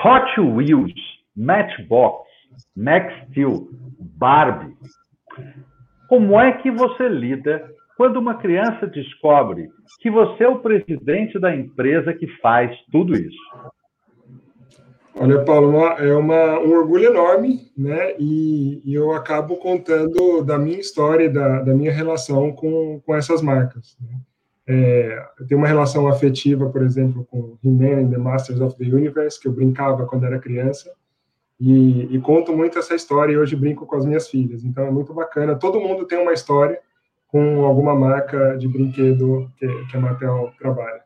Hot Wheels, Matchbox, Max Steel, Barbie. Como é que você lida quando uma criança descobre que você é o presidente da empresa que faz tudo isso? Olha, Paulo, um orgulho enorme, né? E eu acabo contando da minha história, da minha relação com essas marcas, né? Eu tenho uma relação afetiva, por exemplo, com He-Man and the Masters of the Universe, que eu brincava quando era criança, e conto muito essa história e hoje brinco com as minhas filhas. Então é muito bacana. Todo mundo tem uma história com alguma marca de brinquedo que a Mattel trabalha.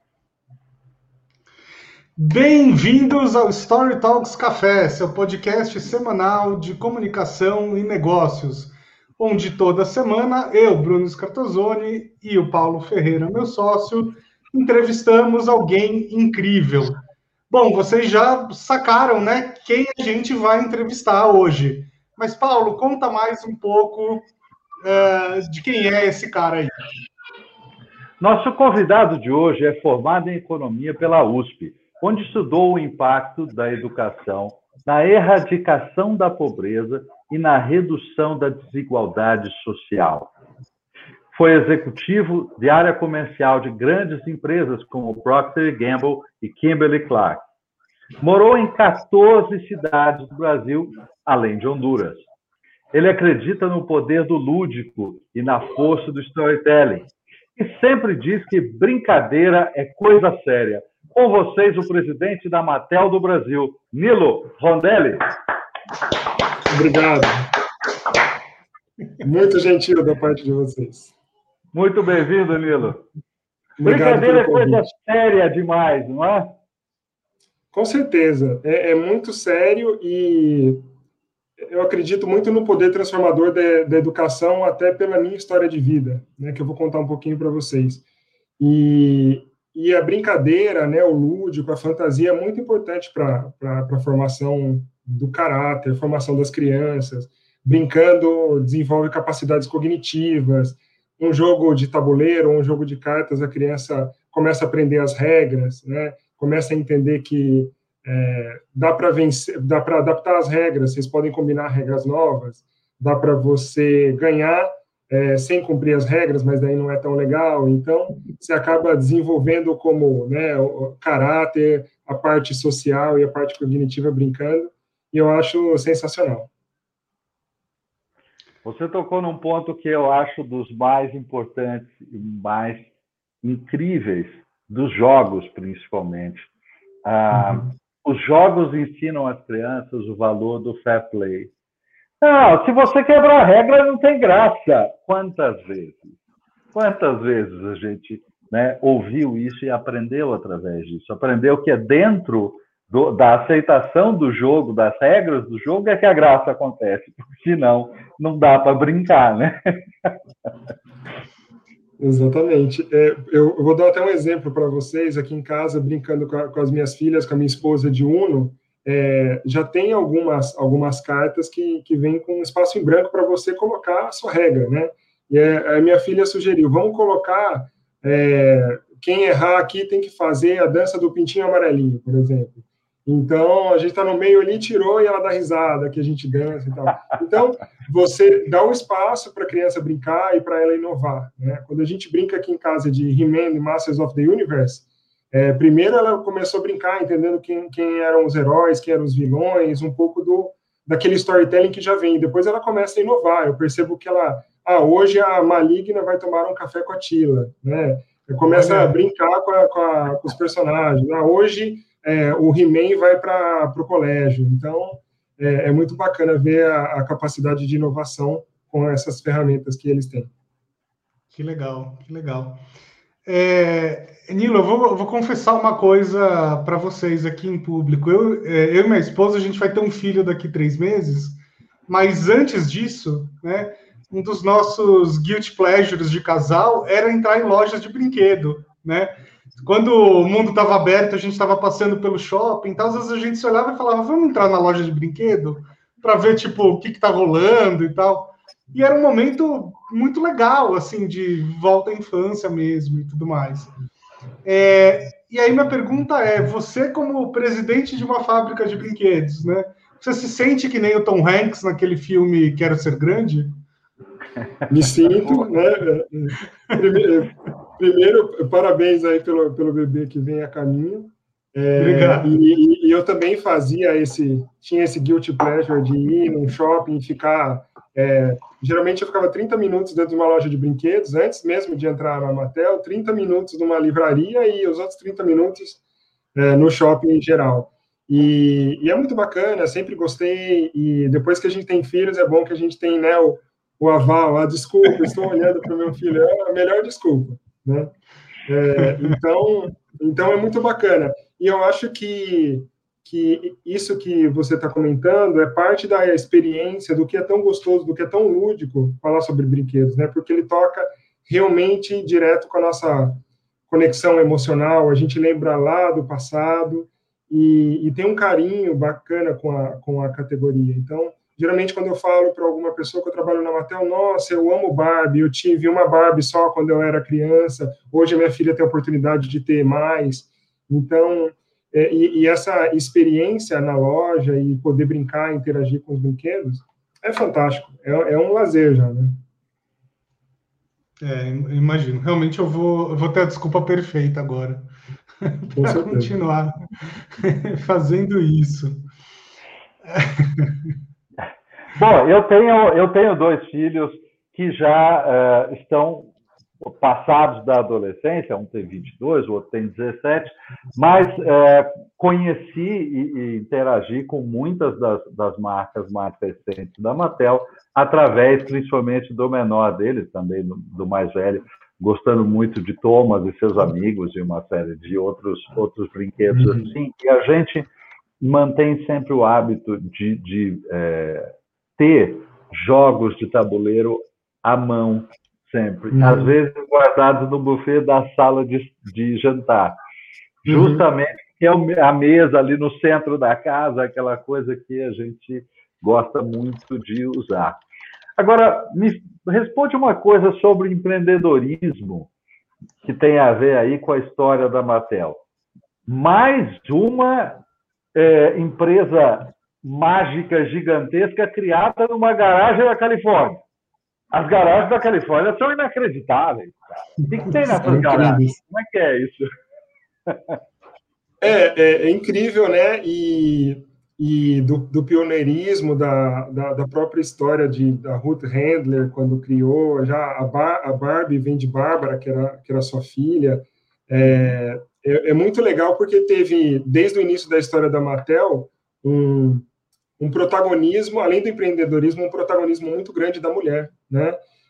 Bem-vindos ao Story Talks Café, seu podcast semanal de comunicação e negócios, onde toda semana eu, Bruno Scartazzoni, e o Paulo Ferreira, meu sócio, entrevistamos alguém incrível. Bom, vocês já sacaram, né, quem a gente vai entrevistar hoje. Mas, Paulo, conta mais um pouco de quem é esse cara aí. Nosso convidado de hoje é formado em Economia pela USP, onde estudou o impacto da educação na erradicação da pobreza e na redução da desigualdade social. Foi executivo de área comercial de grandes empresas como Procter & Gamble e Kimberly-Clark. Morou em 14 cidades do Brasil, além de Honduras. Ele acredita no poder do lúdico e na força do storytelling. E sempre diz que brincadeira é coisa séria. Com vocês, o presidente da Mattel do Brasil, Nilo Rondelli. Obrigado. Muito gentil da parte de vocês. Muito bem-vindo, Nilo. Brincadeira é coisa séria demais, não é? Com certeza. É muito sério e eu acredito muito no poder transformador da educação, até pela minha história de vida, né, que eu vou contar um pouquinho para vocês. E a brincadeira, né, o lúdico, a fantasia é muito importante para a formação do caráter, a formação das crianças. Brincando, desenvolve capacidades cognitivas. Um jogo de tabuleiro, um jogo de cartas, a criança começa a aprender as regras, né? Começa a entender que dá para vencer, dá para adaptar as regras, vocês podem combinar regras novas, dá para você ganhar sem cumprir as regras, mas daí não é tão legal. Então, você acaba desenvolvendo como, né, o caráter, a parte social e a parte cognitiva brincando, e eu acho sensacional. Você tocou num ponto que eu acho dos mais importantes e mais incríveis, dos jogos, principalmente. Os jogos ensinam às crianças o valor do fair play. Não, se você quebrar a regra, não tem graça. Quantas vezes a gente, né, ouviu isso e aprendeu através disso? Aprendeu que é dentro da aceitação do jogo, das regras do jogo, é que a graça acontece, porque senão não dá para brincar, né? Exatamente. Eu vou dar até um exemplo para vocês. Aqui em casa, brincando com as minhas filhas, com a minha esposa de Uno, já tem algumas cartas que vêm com um espaço em branco para você colocar a sua regra, né? E a minha filha sugeriu, vamos colocar, quem errar aqui tem que fazer a dança do pintinho amarelinho, por exemplo. Então, a gente está no meio ali, tirou e ela dá risada, que a gente dança e tal. Então, você dá um espaço para a criança brincar e para ela inovar, né? Quando a gente brinca aqui em casa de He-Man e Masters of the Universe, primeiro ela começou a brincar, entendendo quem eram os heróis, quem eram os vilões, um pouco daquele storytelling que já vem. Depois ela começa a inovar. Eu percebo que hoje a Maligna vai tomar um café com a Tila, né? Começa a brincar com os personagens. Hoje o He-Man vai para o colégio. Então, é muito bacana ver a capacidade de inovação com essas ferramentas que eles têm. Que legal, que legal. Nilo, eu vou confessar uma coisa para vocês aqui em público. Eu e minha esposa, a gente vai ter um filho daqui 3 meses, mas antes disso, né, um dos nossos guilty pleasures de casal era entrar em lojas de brinquedo, né? Quando o mundo estava aberto, a gente estava passando pelo shopping, então às vezes a gente se olhava e falava, vamos entrar na loja de brinquedo para ver, tipo, o que está rolando e tal. E era um momento muito legal, assim, de volta à infância mesmo e tudo mais. E aí minha pergunta é, você como presidente de uma fábrica de brinquedos, né? Você se sente que nem o Tom Hanks naquele filme Quero Ser Grande? Me sinto, né? Primeiro, parabéns aí pelo bebê que vem a caminho. Obrigado. E eu também tinha esse guilty pleasure de ir num shopping e ficar. Geralmente eu ficava 30 minutos dentro de uma loja de brinquedos, antes mesmo de entrar na Mattel, 30 minutos numa livraria e os outros 30 minutos no shopping em geral. E é muito bacana, sempre gostei. E depois que a gente tem filhos, é bom que a gente tem, né, o aval, a desculpa, estou olhando para o meu filho, é a melhor desculpa, né? Então é muito bacana. E eu acho que isso que você está comentando é parte da experiência do que é tão gostoso, do que é tão lúdico falar sobre brinquedos, né? Porque ele toca realmente direto com a nossa conexão emocional, a gente lembra lá do passado e tem um carinho bacana com a categoria. Então, geralmente, quando eu falo para alguma pessoa que eu trabalho na Mattel, nossa, eu amo Barbie, eu tive uma Barbie só quando eu era criança, hoje a minha filha tem a oportunidade de ter mais. Então, e essa experiência na loja e poder brincar, interagir com os brinquedos, é fantástico, é um lazer já, né? Imagino. Realmente eu vou ter a desculpa perfeita agora para continuar fazendo isso. Bom, eu tenho 2 filhos que já estão passados da adolescência, um tem 22, o outro tem 17, mas conheci e interagi com muitas das marcas mais recentes da Mattel, através principalmente do menor deles, também do mais velho, gostando muito de Thomas e seus amigos e uma série de outros brinquedos assim, e a gente mantém sempre o hábito de ter jogos de tabuleiro à mão, sempre. Às vezes guardados no buffet da sala de jantar. Justamente porque é a mesa ali no centro da casa, aquela coisa que a gente gosta muito de usar. Agora, me responde uma coisa sobre empreendedorismo, que tem a ver aí com a história da Mattel. Mais uma empresa mágica gigantesca criada numa garagem da Califórnia. As garagens da Califórnia são inacreditáveis. O que tem nessas garagens? Como é que é isso? É incrível, né? E do pioneirismo da própria história da Ruth Handler, quando criou, já a Barbie vem de Bárbara, que era sua filha. É muito legal porque teve, desde o início da história da Mattel, um protagonismo, além do empreendedorismo, um protagonismo muito grande da mulher, né?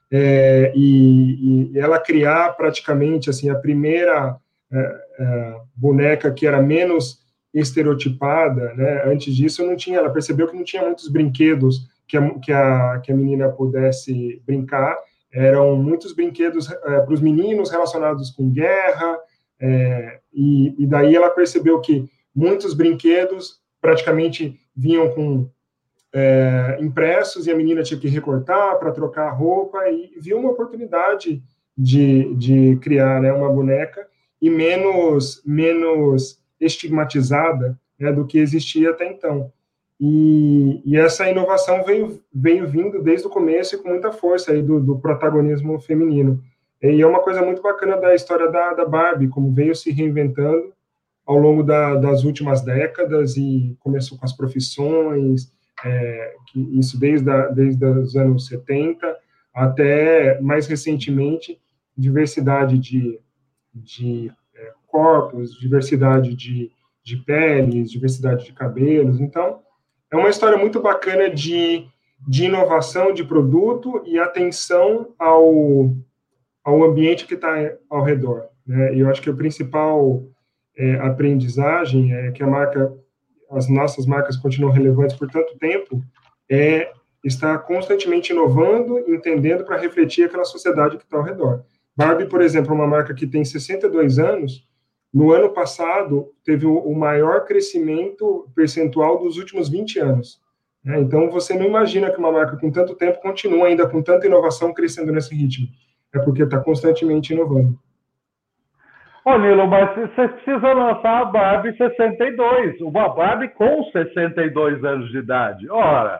E ela criar praticamente assim a primeira boneca que era menos estereotipada, né? Antes disso não tinha, ela percebeu que não tinha muitos brinquedos que a menina pudesse brincar, eram muitos brinquedos para os meninos relacionados com guerra, e daí ela percebeu que muitos brinquedos praticamente vinham com impressos e a menina tinha que recortar para trocar a roupa, e viu uma oportunidade de criar, né, uma boneca e menos estigmatizada, né, do que existia até então. E essa inovação veio vindo desde o começo e com muita força aí do protagonismo feminino. E é uma coisa muito bacana da história da Barbie, como veio se reinventando ao longo das últimas décadas, e começou com as profissões, isso desde os anos 70, até, mais recentemente, diversidade de corpos, diversidade de peles, diversidade de cabelos. Então, é uma história muito bacana de inovação de produto e atenção ao ambiente que está ao redor, né? E eu acho que a principal aprendizagem é que as nossas marcas continuam relevantes por tanto tempo, estar constantemente inovando, entendendo para refletir aquela sociedade que está ao redor. Barbie, por exemplo, é uma marca que tem 62 anos, no ano passado teve o maior crescimento percentual dos últimos 20 anos. Né? Então, você não imagina que uma marca com tanto tempo continua ainda com tanta inovação crescendo nesse ritmo. É porque está constantemente inovando. Ô, Nilo, mas você precisa lançar a Barbie 62, uma Barbie com 62 anos de idade. Ora!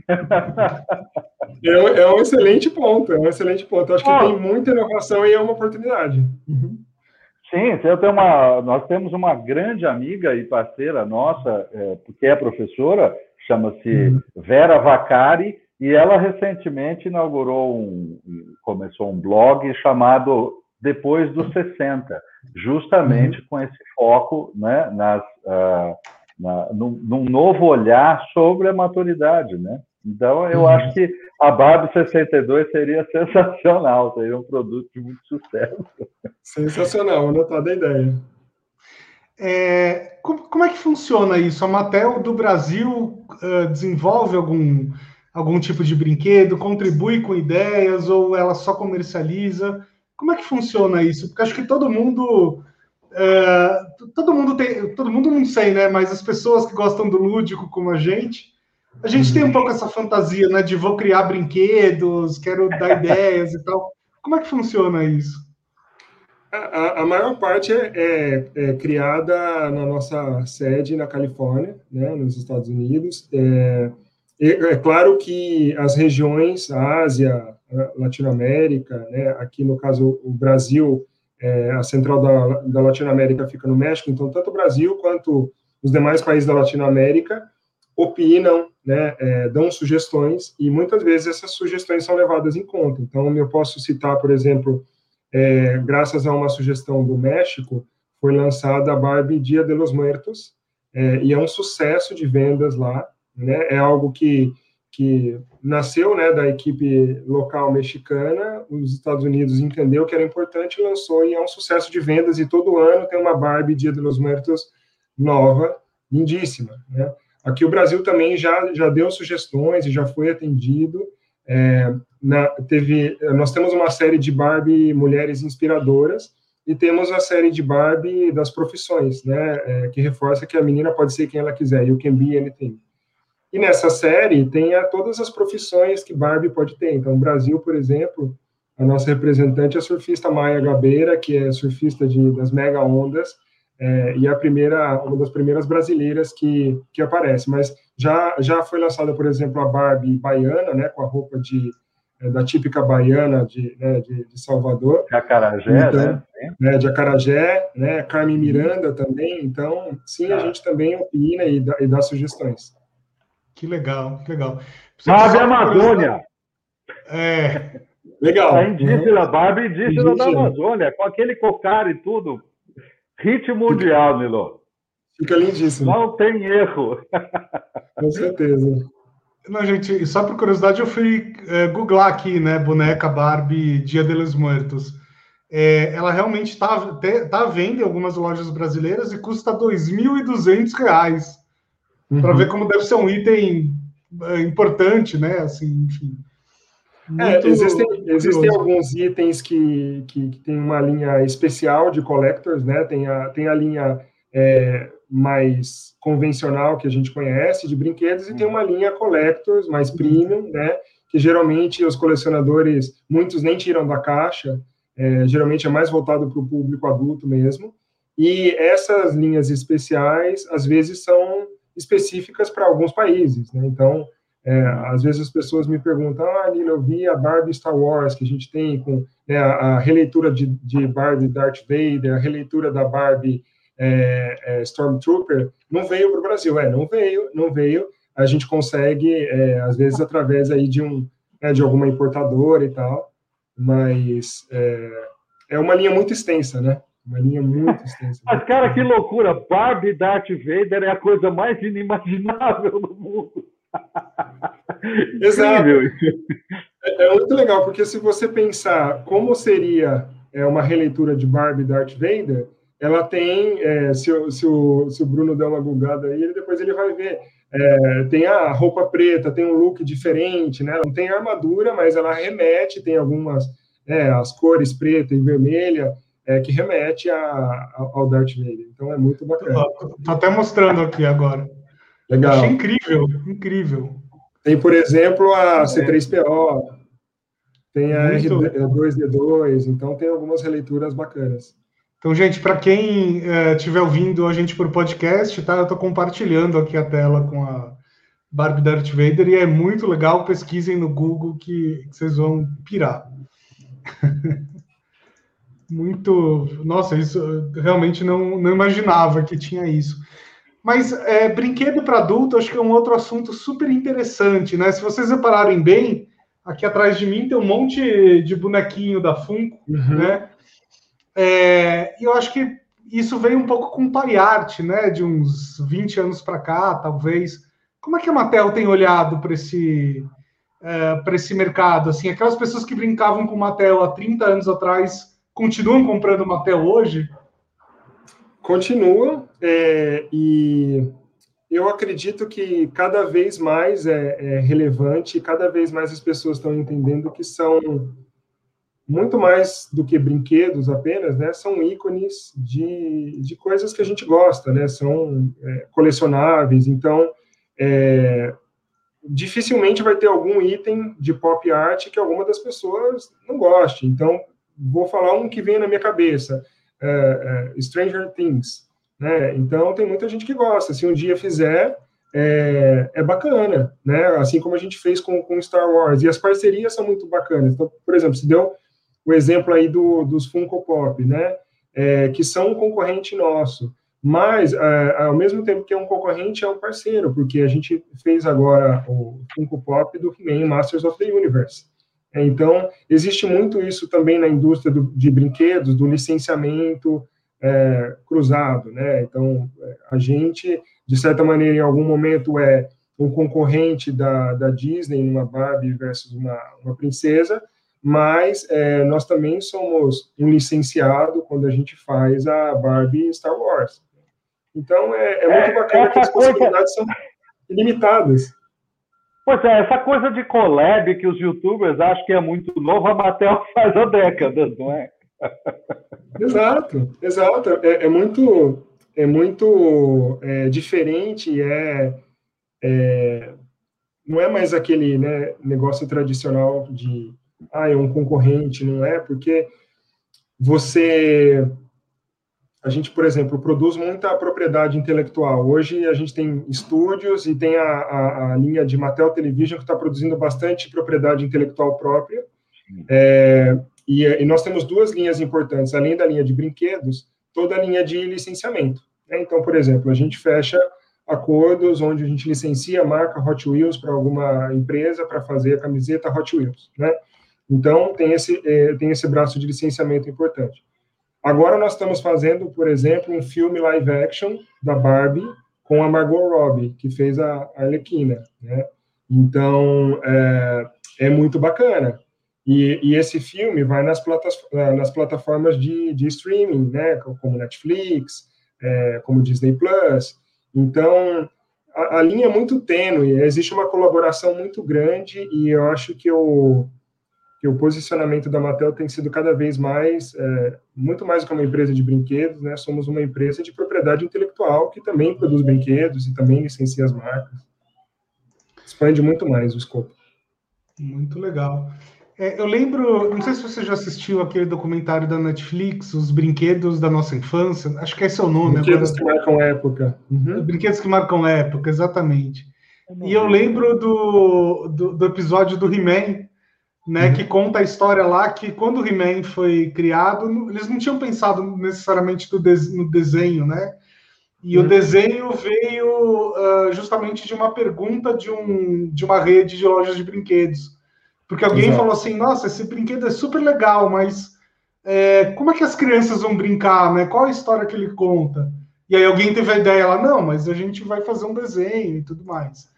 É um excelente ponto, é um excelente ponto. Eu acho que tem Oh, muita inovação e é uma oportunidade. Uhum. sim, nós temos uma grande amiga e parceira nossa, que é professora, chama-se Vera Vacari, e ela recentemente começou um blog chamado Depois dos 60, justamente com esse foco, né, num novo olhar sobre a maturidade, né? Então, eu acho que a Barbie 62 seria sensacional, seria um produto de muito sucesso. Sensacional, anotada a ideia. Como é que funciona isso? A Mattel do Brasil desenvolve algum tipo de brinquedo, contribui com ideias ou ela só comercializa? Como é que funciona isso? Porque acho que todo mundo todo mundo não sei, né? Mas as pessoas que gostam do lúdico como a gente tem um pouco essa fantasia, né? De vou criar brinquedos, quero dar ideias e tal. Como é que funciona isso? A maior parte é criada na nossa sede na Califórnia, né, nos Estados Unidos. É claro que as regiões, a Ásia, a Latinoamérica, né, aqui no caso o Brasil, a central da Latinoamérica fica no México, então tanto o Brasil quanto os demais países da Latinoamérica opinam, né, dão sugestões, e muitas vezes essas sugestões são levadas em conta. Então, eu posso citar, por exemplo, graças a uma sugestão do México, foi lançada a Barbie Dia de los Muertos, e é um sucesso de vendas lá, né? É algo que nasceu, né, da equipe local mexicana, os Estados Unidos entendeu que era importante, lançou, e é um sucesso de vendas, e todo ano tem uma Barbie Dia de los Muertos nova, lindíssima, né? Aqui o Brasil também já deu sugestões e já foi atendido. Nós temos uma série de Barbie Mulheres Inspiradoras e temos a série de Barbie das profissões, né, que reforça que a menina pode ser quem ela quiser, you can be anything. E nessa série tem todas as profissões que Barbie pode ter. Então, no Brasil, por exemplo, a nossa representante é a surfista Maia Gabeira, que é surfista das mega ondas, e uma das primeiras brasileiras que aparece. Mas já foi lançada, por exemplo, a Barbie baiana, né, com a roupa da típica baiana de Salvador. De Acarajé, então, né? De Acarajé, né, Carmen Miranda também. Então, sim, a gente também opina e dá sugestões. Que legal, que legal. Barbie Amazônia! Legal. A indígena, Barbie indígena da Amazônia, com aquele cocar e tudo. Hit mundial, Nilo. Fica lindíssimo. Não tem erro. Com certeza. Não, gente, só por curiosidade, eu fui googlar aqui, né, boneca Barbie Dia de los Muertos. Ela realmente está à venda em algumas lojas brasileiras e custa R$ 2.200. Para ver como deve ser um item importante, né? Assim, enfim. Existem alguns itens que tem uma linha especial de collectors, né? Tem a linha mais convencional que a gente conhece de brinquedos, e tem uma linha collectors mais premium, né? Que geralmente os colecionadores, muitos nem tiram da caixa, geralmente é mais voltado para o público adulto mesmo. E essas linhas especiais, às vezes, são específicas para alguns países, né? Então, às vezes as pessoas me perguntam, Nilo, eu vi a Barbie Star Wars, que a gente tem com, né, a releitura de Barbie Darth Vader, a releitura da Barbie Stormtrooper, não veio para o Brasil. Não veio. A gente consegue, às vezes, através aí de alguma importadora e tal, mas é uma linha muito extensa, né? Uma linha muito extensa. Mas, cara, que loucura! Barbie Darth Vader é a coisa mais inimaginável do mundo. Exato. É muito legal, porque se você pensar como seria uma releitura de Barbie Darth Vader, ela tem, se o Bruno der uma googada aí, depois ele vai ver, tem a roupa preta, tem um look diferente, né? Não tem armadura, mas ela remete, tem algumas, as cores preta e vermelha, que remete ao Darth Vader. Então é muito bacana. Estou até mostrando aqui agora. Legal. Achei incrível, incrível. Tem, por exemplo, a C3PO, tem a R2D2, então tem algumas releituras bacanas. Então, gente, para quem estiver ouvindo a gente por podcast, tá? Eu estou compartilhando aqui a tela com a Barbie Darth Vader e é muito legal. Pesquisem no Google que vocês vão pirar. Muito. Nossa, isso eu realmente não imaginava que tinha isso. Mas brinquedo para adulto, acho que é um outro assunto super interessante, né? Se vocês repararem bem, aqui atrás de mim tem um monte de bonequinho da Funko, né? E eu acho que isso veio um pouco com pariarte, né? De uns 20 anos para cá, talvez. Como é que a Mattel tem olhado para esse mercado? Assim, aquelas pessoas que brincavam com Mattel há 30 anos atrás continuam comprando Mattel hoje? Continua, e eu acredito que cada vez mais é relevante, cada vez mais as pessoas estão entendendo que são muito mais do que brinquedos apenas, né? São ícones de coisas que a gente gosta, né? São colecionáveis, então dificilmente vai ter algum item de pop art que alguma das pessoas não goste. Então, vou falar um que vem na minha cabeça, Stranger Things, né? Então, tem muita gente que gosta. Se um dia fizer, é bacana, né? Assim como a gente fez com Star Wars. E as parcerias são muito bacanas. Então, por exemplo, se deu o exemplo aí dos Funko Pop, né? Que são um concorrente nosso. Mas, ao mesmo tempo que é um concorrente, é um parceiro, porque a gente fez agora o Funko Pop do He-Man Masters of the Universe. Então, existe muito isso também na indústria de brinquedos, do licenciamento cruzado, né? Então, a gente, de certa maneira, em algum momento é um concorrente da Disney, numa Barbie versus uma princesa, mas nós também somos um licenciado quando a gente faz a Barbie Star Wars. Então, é muito bacana que as possibilidades são ilimitadas. Pois essa coisa de collab que os youtubers acham que é muito novo, a Mattel faz há décadas, não é? Exato. É muito diferente, não é mais aquele, né, negócio tradicional de é um concorrente, não é? Porque a gente, por exemplo, produz muita propriedade intelectual. Hoje a gente tem estúdios e tem a linha de Mattel Television que está produzindo bastante propriedade intelectual própria. E nós temos duas linhas importantes, além da linha de brinquedos, toda a linha de licenciamento. Então, por exemplo, a gente fecha acordos onde a gente licencia a marca Hot Wheels para alguma empresa para fazer a camiseta Hot Wheels, né? Então, tem esse braço de licenciamento importante. Agora nós estamos fazendo, por exemplo, um filme live action da Barbie com a Margot Robbie, que fez a Arlequina, né? Então, é muito bacana. E esse filme vai nas plataformas de streaming, né? Como Netflix, como Disney Plus. Então, a linha é muito tênue, existe uma colaboração muito grande e eu acho que o posicionamento da Mattel tem sido cada vez mais, muito mais do que uma empresa de brinquedos, né? Somos uma empresa de propriedade intelectual que também produz brinquedos e também licencia as marcas. Expande muito mais o escopo. Muito legal. Eu lembro, não sei se você já assistiu aquele documentário da Netflix, Os Brinquedos da Nossa Infância, acho que esse é o nome. Brinquedos que marcam época. Uhum. Brinquedos que marcam época, exatamente. E eu lembro do episódio do He-Man, né, que conta a história lá que quando o He-Man foi criado, eles não tinham pensado necessariamente no desenho, né? E o desenho veio justamente de uma pergunta de uma rede de lojas de brinquedos. Porque alguém falou assim, nossa, esse brinquedo é super legal, mas como é que as crianças vão brincar, né? Qual a história que ele conta? E aí alguém teve a ideia lá, não, mas a gente vai fazer um desenho e tudo mais.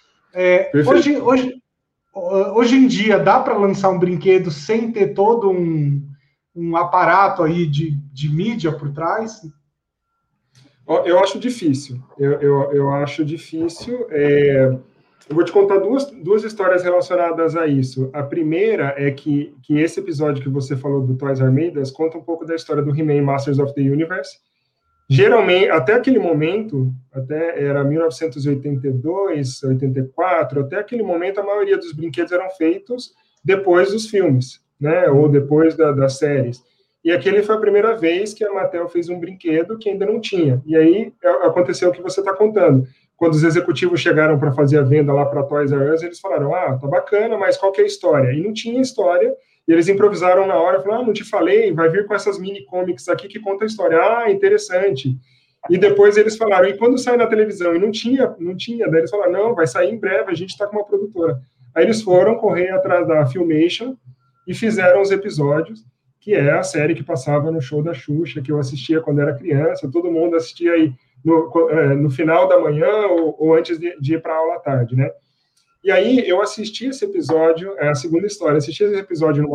Hoje em dia, dá para lançar um brinquedo sem ter todo um aparato aí de mídia por trás? Eu acho difícil. Eu acho difícil. Eu vou te contar duas histórias relacionadas a isso. A primeira é que esse episódio que você falou do Toys R Us conta um pouco da história do He-Man Masters of the Universe. Geralmente, até aquele momento, até era 1982, 84, até aquele momento a maioria dos brinquedos eram feitos depois dos filmes, né, ou depois das séries. E aquele foi a primeira vez que a Mattel fez um brinquedo que ainda não tinha. E aí aconteceu o que você está contando. Quando os executivos chegaram para fazer a venda lá para Toys R Us, eles falaram, tá bacana, mas qual que é a história? E não tinha história, e eles improvisaram na hora, falaram, não te falei, vai vir com essas mini comics aqui que conta a história. Interessante. E depois eles falaram, e quando sai na televisão? E não tinha, daí eles falaram, não, vai sair em breve, a gente está com uma produtora. Aí eles foram correr atrás da Filmation e fizeram os episódios, que é a série que passava no show da Xuxa, que eu assistia quando era criança, todo mundo assistia aí no final da manhã ou antes de ir para a aula à tarde, né? E aí eu assisti esse episódio, a segunda história, assisti esse episódio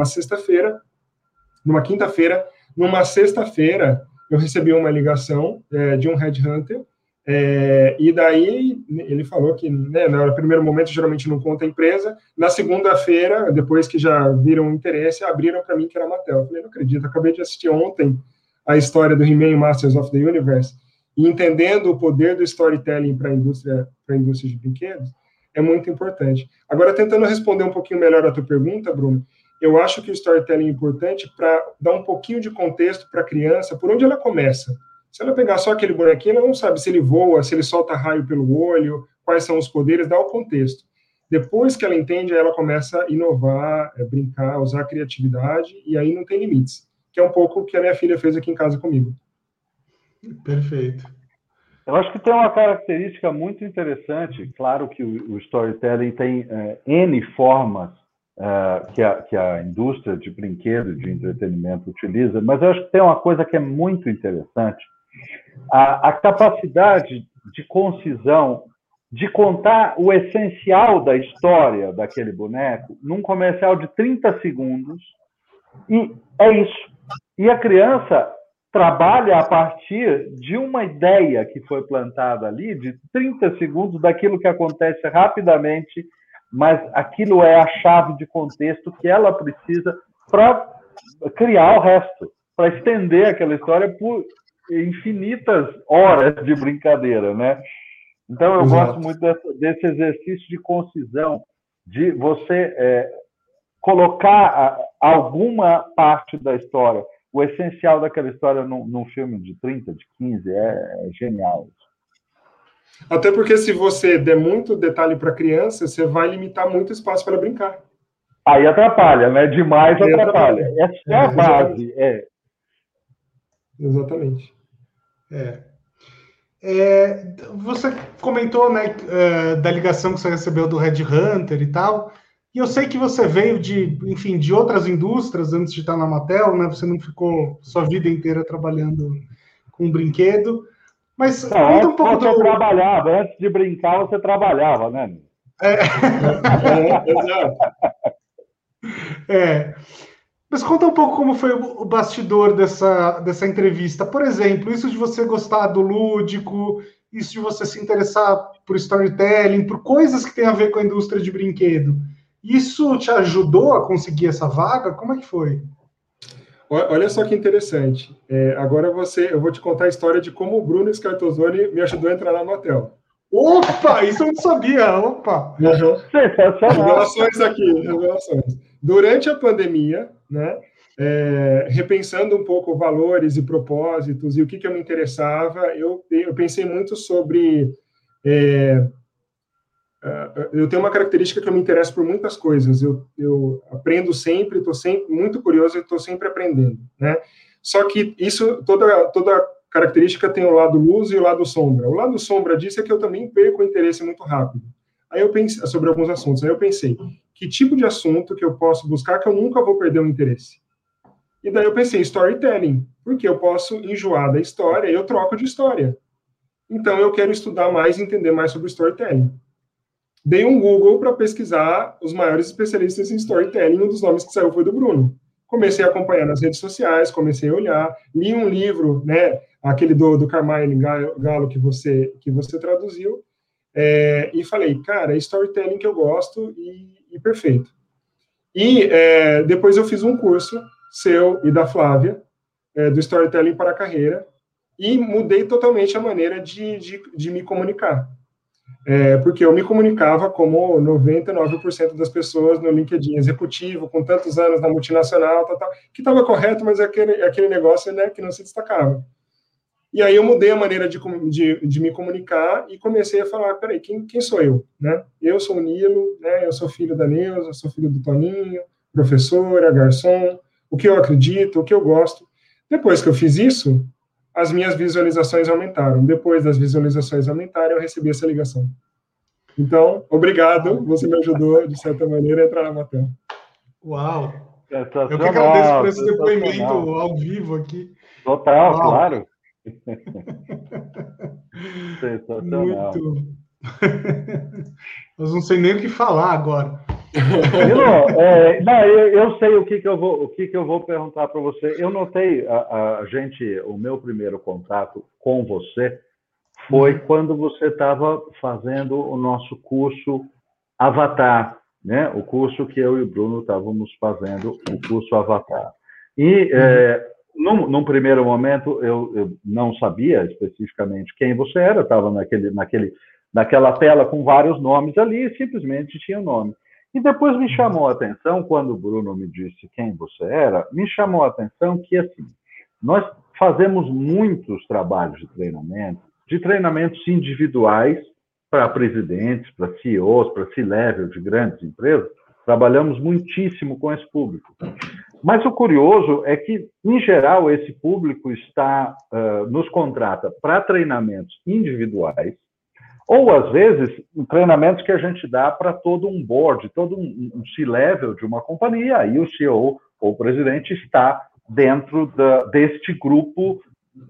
numa quinta-feira, numa sexta-feira eu recebi uma ligação de um headhunter, e daí ele falou que, né, no primeiro momento geralmente não conta a empresa, na segunda-feira, depois que já viram o interesse, abriram para mim que era a Mattel. Eu falei, não acredito, acabei de assistir ontem a história do He-Man Masters of the Universe, e entendendo o poder do storytelling para a indústria de brinquedos, é muito importante. Agora, tentando responder um pouquinho melhor a tua pergunta, Bruno, eu acho que o storytelling é importante para dar um pouquinho de contexto para a criança, por onde ela começa. Se ela pegar só aquele bonequinho, ela não sabe se ele voa, se ele solta raio pelo olho, quais são os poderes, dá o contexto. Depois que ela entende, ela começa a inovar, brincar, usar a criatividade, e aí não tem limites, que é um pouco o que a minha filha fez aqui em casa comigo. Perfeito. Eu acho que tem uma característica muito interessante, claro que o storytelling tem N formas que a indústria de brinquedo, de entretenimento utiliza, mas eu acho que tem uma coisa que é muito interessante, a capacidade de concisão, de contar o essencial da história daquele boneco num comercial de 30 segundos, e é isso. E a criança trabalha a partir de uma ideia que foi plantada ali, de 30 segundos, daquilo que acontece rapidamente, mas aquilo é a chave de contexto que ela precisa para criar o resto, para estender aquela história por infinitas horas de brincadeira, né? Então, eu gosto muito desse exercício de concisão, de você colocar alguma parte da história, o essencial daquela história num filme de 30, de 15, é genial. Até porque se você der muito detalhe para a criança, você vai limitar muito espaço para ela brincar. Aí atrapalha, né? Demais atrapalha. Essa é a base. Exatamente. Você comentou, né, da ligação que você recebeu do Red Hunter e tal, e eu sei que você veio de outras indústrias antes de estar na Mattel, né? Você não ficou sua vida inteira trabalhando com brinquedo, mas conta um pouco você trabalhava, antes de brincar você trabalhava, né? Exato. Mas conta um pouco como foi o bastidor dessa entrevista. Por exemplo, isso de você gostar do lúdico, isso de você se interessar por storytelling, por coisas que têm a ver com a indústria de brinquedo. Isso te ajudou a conseguir essa vaga? Como é que foi? Olha só que interessante. Agora eu vou te contar a história de como o Bruno Scartozoni me ajudou a entrar na Mattel. Opa, isso eu não sabia. Opa! Revelações aqui, revelações. Durante a pandemia, né, repensando um pouco valores e propósitos e o que eu me interessava, eu pensei muito sobre... eu tenho uma característica que eu me interesso por muitas coisas. Eu aprendo sempre, estou sempre muito curioso e estou sempre aprendendo, né? Só que isso, toda característica tem o lado luz e o lado sombra. O lado sombra disso é que eu também perco o interesse muito rápido. Aí eu pensei sobre alguns assuntos. Aí eu pensei, que tipo de assunto que eu posso buscar que eu nunca vou perder o interesse? E daí eu pensei, storytelling, porque eu posso enjoar da história e eu troco de história. Então eu quero estudar mais e entender mais sobre storytelling. Dei um Google para pesquisar os maiores especialistas em storytelling, um dos nomes que saiu foi do Bruno. Comecei a acompanhar nas redes sociais, comecei a olhar, li um livro, né, aquele do Carmine Gallo que você traduziu, e falei, cara, é storytelling que eu gosto e perfeito. E depois eu fiz um curso seu e da Flávia, do storytelling para a carreira, e mudei totalmente a maneira de me comunicar. Porque eu me comunicava como 99% das pessoas no LinkedIn, executivo, com tantos anos na multinacional, que estava correto, mas aquele negócio, né, que não se destacava. E aí eu mudei a maneira de me comunicar e comecei a falar, peraí, quem sou eu? Né? Eu sou o Nilo, né? Eu sou filho da Neuza, sou filho do Toninho, professora, garçom, o que eu acredito, o que eu gosto. Depois que eu fiz isso, as minhas visualizações aumentaram. Depois das visualizações aumentarem, eu recebi essa ligação. Então, obrigado, você me ajudou, de certa maneira, a entrar na matéria. Uau! Eu que agradeço por esse depoimento sensacional. ao vivo aqui. Total, Uau. claro. Sensacional. Muito. Eu não sei nem o que falar agora. Eu sei o que eu vou perguntar para você. Eu notei o meu primeiro contato com você foi quando você estava fazendo o nosso curso Avatar, né? O curso que eu e o Bruno estávamos fazendo, o curso Avatar. E num primeiro momento eu não sabia especificamente quem você era, estava naquela tela com vários nomes ali, e simplesmente tinha o nome. E depois me chamou a atenção, quando o Bruno me disse quem você era, me chamou a atenção que, assim, nós fazemos muitos trabalhos de treinamentos individuais para presidentes, para CEOs, para C-level de grandes empresas, trabalhamos muitíssimo com esse público. Mas o curioso é que, em geral, esse público nos contrata para treinamentos individuais, ou, às vezes, treinamentos que a gente dá para todo um board, todo um C-level de uma companhia, e o CEO ou o presidente está dentro deste grupo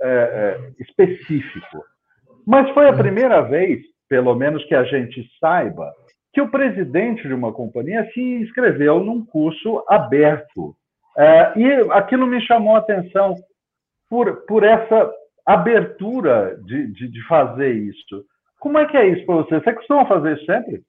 específico. Mas foi a primeira vez, pelo menos que a gente saiba, que o presidente de uma companhia se inscreveu num curso aberto. E aquilo me chamou a atenção por essa abertura de fazer isso. Como é que é isso para você? Você costuma fazer isso sempre?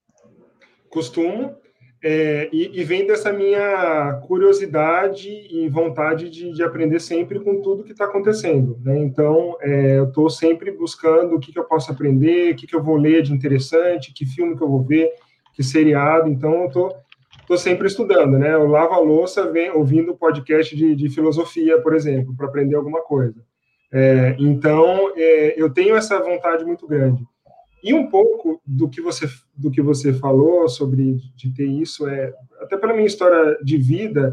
Costumo, e vem dessa minha curiosidade e vontade de aprender sempre com tudo que está acontecendo, né? Então, eu estou sempre buscando o que eu posso aprender, o que eu vou ler de interessante, que filme que eu vou ver, que seriado. Então, eu estou sempre estudando, né? Eu lavo a louça ouvindo podcast de filosofia, por exemplo, para aprender alguma coisa. Então, eu tenho essa vontade muito grande. E um pouco do que você falou sobre de ter isso, até pela minha história de vida,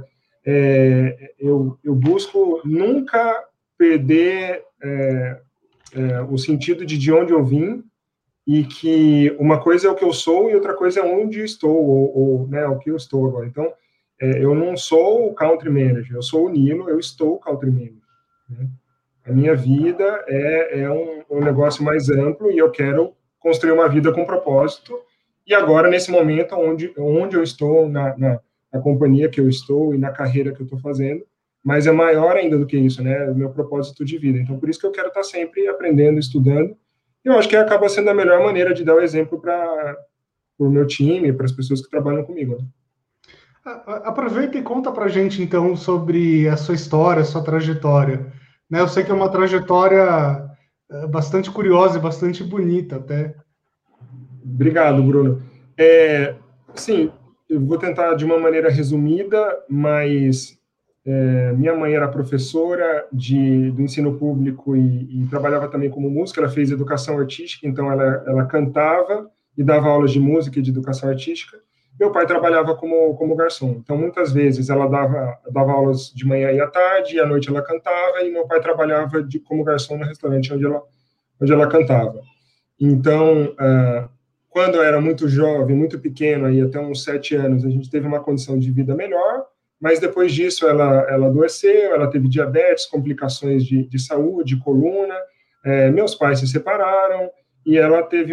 eu busco nunca perder o sentido de onde eu vim, e que uma coisa é o que eu sou e outra coisa é onde estou, ou né, o que eu estou agora. Então, eu não sou o country manager, eu sou o Nilo, eu estou o country manager, né? A minha vida é um negócio mais amplo e eu quero construir uma vida com propósito. E agora, nesse momento, onde eu estou, na companhia que eu estou e na carreira que eu estou fazendo, mas é maior ainda do que isso, né? O meu propósito de vida. Então, por isso que eu quero estar sempre aprendendo, estudando. E eu acho que acaba sendo a melhor maneira de dar o exemplo para o meu time, para as pessoas que trabalham comigo, né? Aproveita e conta para a gente, então, sobre a sua história, a sua trajetória. Né? Eu sei que é uma trajetória bastante curiosa e bastante bonita até. Obrigado, Bruno. Sim, eu vou tentar de uma maneira resumida, mas minha mãe era professora do ensino público e trabalhava também como música. Ela fez educação artística, então ela cantava e dava aulas de música e de educação artística. Meu pai trabalhava como garçom, então muitas vezes ela dava aulas de manhã e à tarde, e à noite ela cantava, e meu pai trabalhava como garçom no restaurante onde ela cantava. Então, quando eu era muito jovem, muito pequeno, aí até uns 7 anos, a gente teve uma condição de vida melhor, mas depois disso ela adoeceu, ela teve diabetes, complicações de saúde, coluna, meus pais se separaram, e ela teve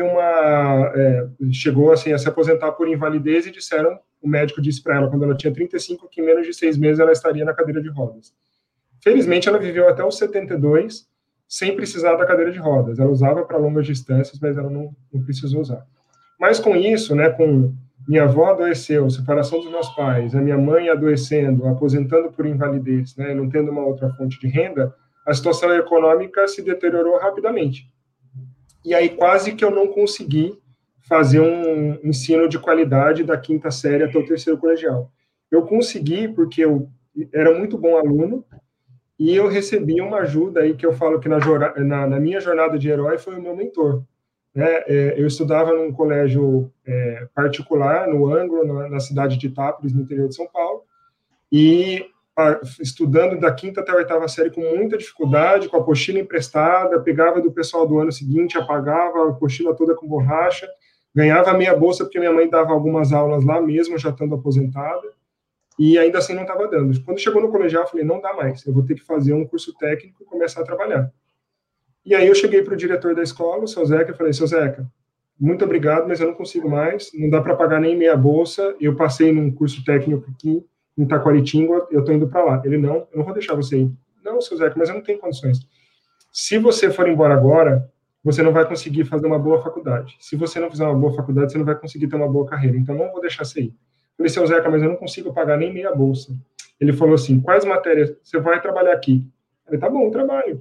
chegou assim, a se aposentar por invalidez, e o médico disse para ela, quando ela tinha 35, que em menos de 6 meses ela estaria na cadeira de rodas. Felizmente, ela viveu até os 72, sem precisar da cadeira de rodas. Ela usava para longas distâncias, mas ela não precisou usar. Mas com isso, né, com minha avó adoeceu, separação dos meus pais, a minha mãe adoecendo, aposentando por invalidez, né, não tendo uma outra fonte de renda, a situação econômica se deteriorou rapidamente. E aí quase que eu não consegui fazer um ensino de qualidade da quinta série até o terceiro colegial. Eu consegui porque eu era muito bom aluno e eu recebi uma ajuda aí que eu falo que na minha jornada de herói foi o meu mentor. Né? Eu estudava num colégio particular, no Anglo, na cidade de Itápolis, no interior de São Paulo, e estudando da quinta até a oitava série com muita dificuldade, com a apostila emprestada, pegava do pessoal do ano seguinte, apagava a apostila toda com borracha, ganhava meia bolsa porque minha mãe dava algumas aulas lá mesmo, já estando aposentada, e ainda assim não estava dando. Quando chegou no colegial, eu falei, não dá mais, eu vou ter que fazer um curso técnico e começar a trabalhar. E aí eu cheguei para o diretor da escola, o seu Zeca, e falei, seu Zeca, muito obrigado, mas eu não consigo mais, não dá para pagar nem meia bolsa, eu passei num curso técnico aqui, em Taquaritinga, eu estou indo para lá. Ele, não, eu não vou deixar você ir. Não, seu Zeca, mas eu não tenho condições. Se você for embora agora, você não vai conseguir fazer uma boa faculdade. Se você não fizer uma boa faculdade, você não vai conseguir ter uma boa carreira. Então, não vou deixar você ir. Eu falei, seu Zeca, mas eu não consigo pagar nem meia bolsa. Ele falou assim, quais matérias você vai trabalhar aqui? Eu falei, tá bom, eu trabalho.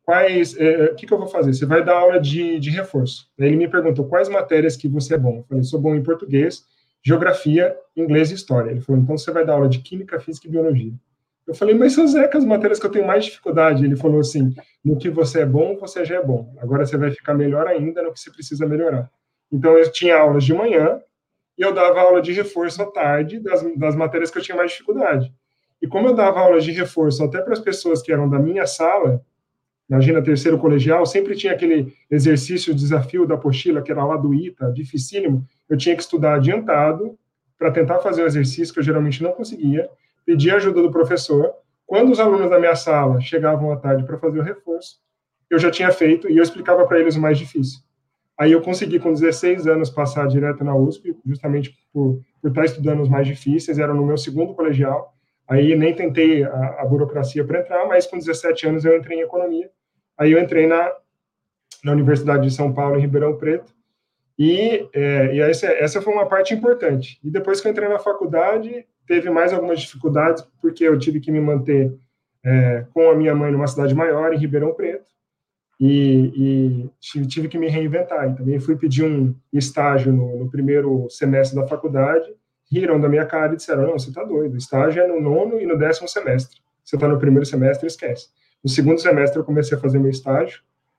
O que eu vou fazer? Você vai dar aula de reforço. Aí ele me perguntou, quais matérias que você é bom? Eu falei, sou bom em português, geografia, inglês e história. Ele falou, então você vai dar aula de química, física e biologia. Eu falei, mas seu Zeca, as matérias que eu tenho mais dificuldade. Ele falou assim, no que você é bom, você já é bom. Agora você vai ficar melhor ainda no que você precisa melhorar. Então eu tinha aulas de manhã e eu dava aula de reforço à tarde das matérias que eu tinha mais dificuldade. E como eu dava aulas de reforço até para as pessoas que eram da minha sala, imagina, terceiro colegial, sempre tinha aquele exercício, desafio da apostila, que era lá do ITA, dificílimo. Eu tinha que estudar adiantado para tentar fazer o exercício, que eu geralmente não conseguia, pedir ajuda do professor. Quando os alunos da minha sala chegavam à tarde para fazer o reforço, eu já tinha feito e eu explicava para eles o mais difícil. Aí eu consegui, com 16 anos, passar direto na USP, justamente por estar estudando os mais difíceis, era no meu segundo colegial. Aí nem tentei a burocracia para entrar, mas com 17 anos eu entrei em economia. Aí eu entrei na Universidade de São Paulo, em Ribeirão Preto, e essa foi uma parte importante. E depois que eu entrei na faculdade, teve mais algumas dificuldades, porque eu tive que me manter com a minha mãe numa cidade maior, em Ribeirão Preto, e tive que me reinventar. E também fui pedir um estágio no primeiro semestre da faculdade, riram da minha cara e disseram, não, você está doido, o estágio é no 9º e no 10º semestre. Você está no primeiro semestre, esquece. No segundo semestre, eu comecei a fazer meu estágio.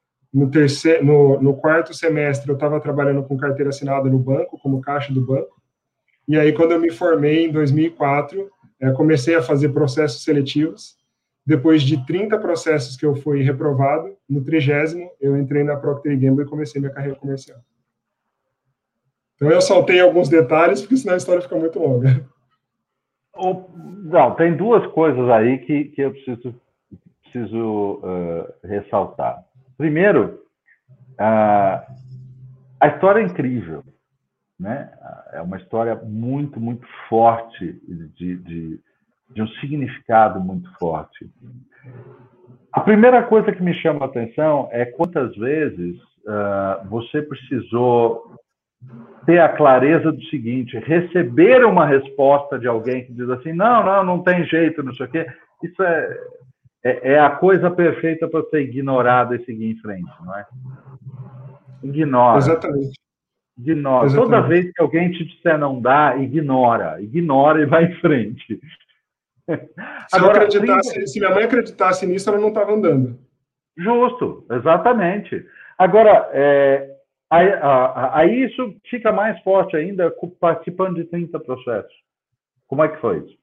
No quarto semestre, eu estava trabalhando com carteira assinada no banco, como caixa do banco. E aí, quando eu me formei, em 2004, comecei a fazer processos seletivos. Depois de 30 processos que eu fui reprovado, no 30º, eu entrei na Procter & Gamble e comecei minha carreira comercial. Então, eu saltei alguns detalhes, porque senão a história fica muito longa. Não, tem duas coisas aí que eu preciso ressaltar. Primeiro, a história é incrível, né? É uma história muito, muito forte, de um significado muito forte. A primeira coisa que me chama a atenção é quantas vezes você precisou ter a clareza do seguinte, receber uma resposta de alguém que diz assim, não tem jeito, não sei o quê. Isso é a coisa perfeita para ser ignorada e seguir em frente, não é? Ignora. Exatamente. Ignora. Toda vez que alguém te disser não dá, ignora e vai em frente. Agora, se minha mãe acreditasse nisso, ela não estava andando. Justo, exatamente. Agora, aí isso fica mais forte ainda participando de 30 processos. Como é que foi isso?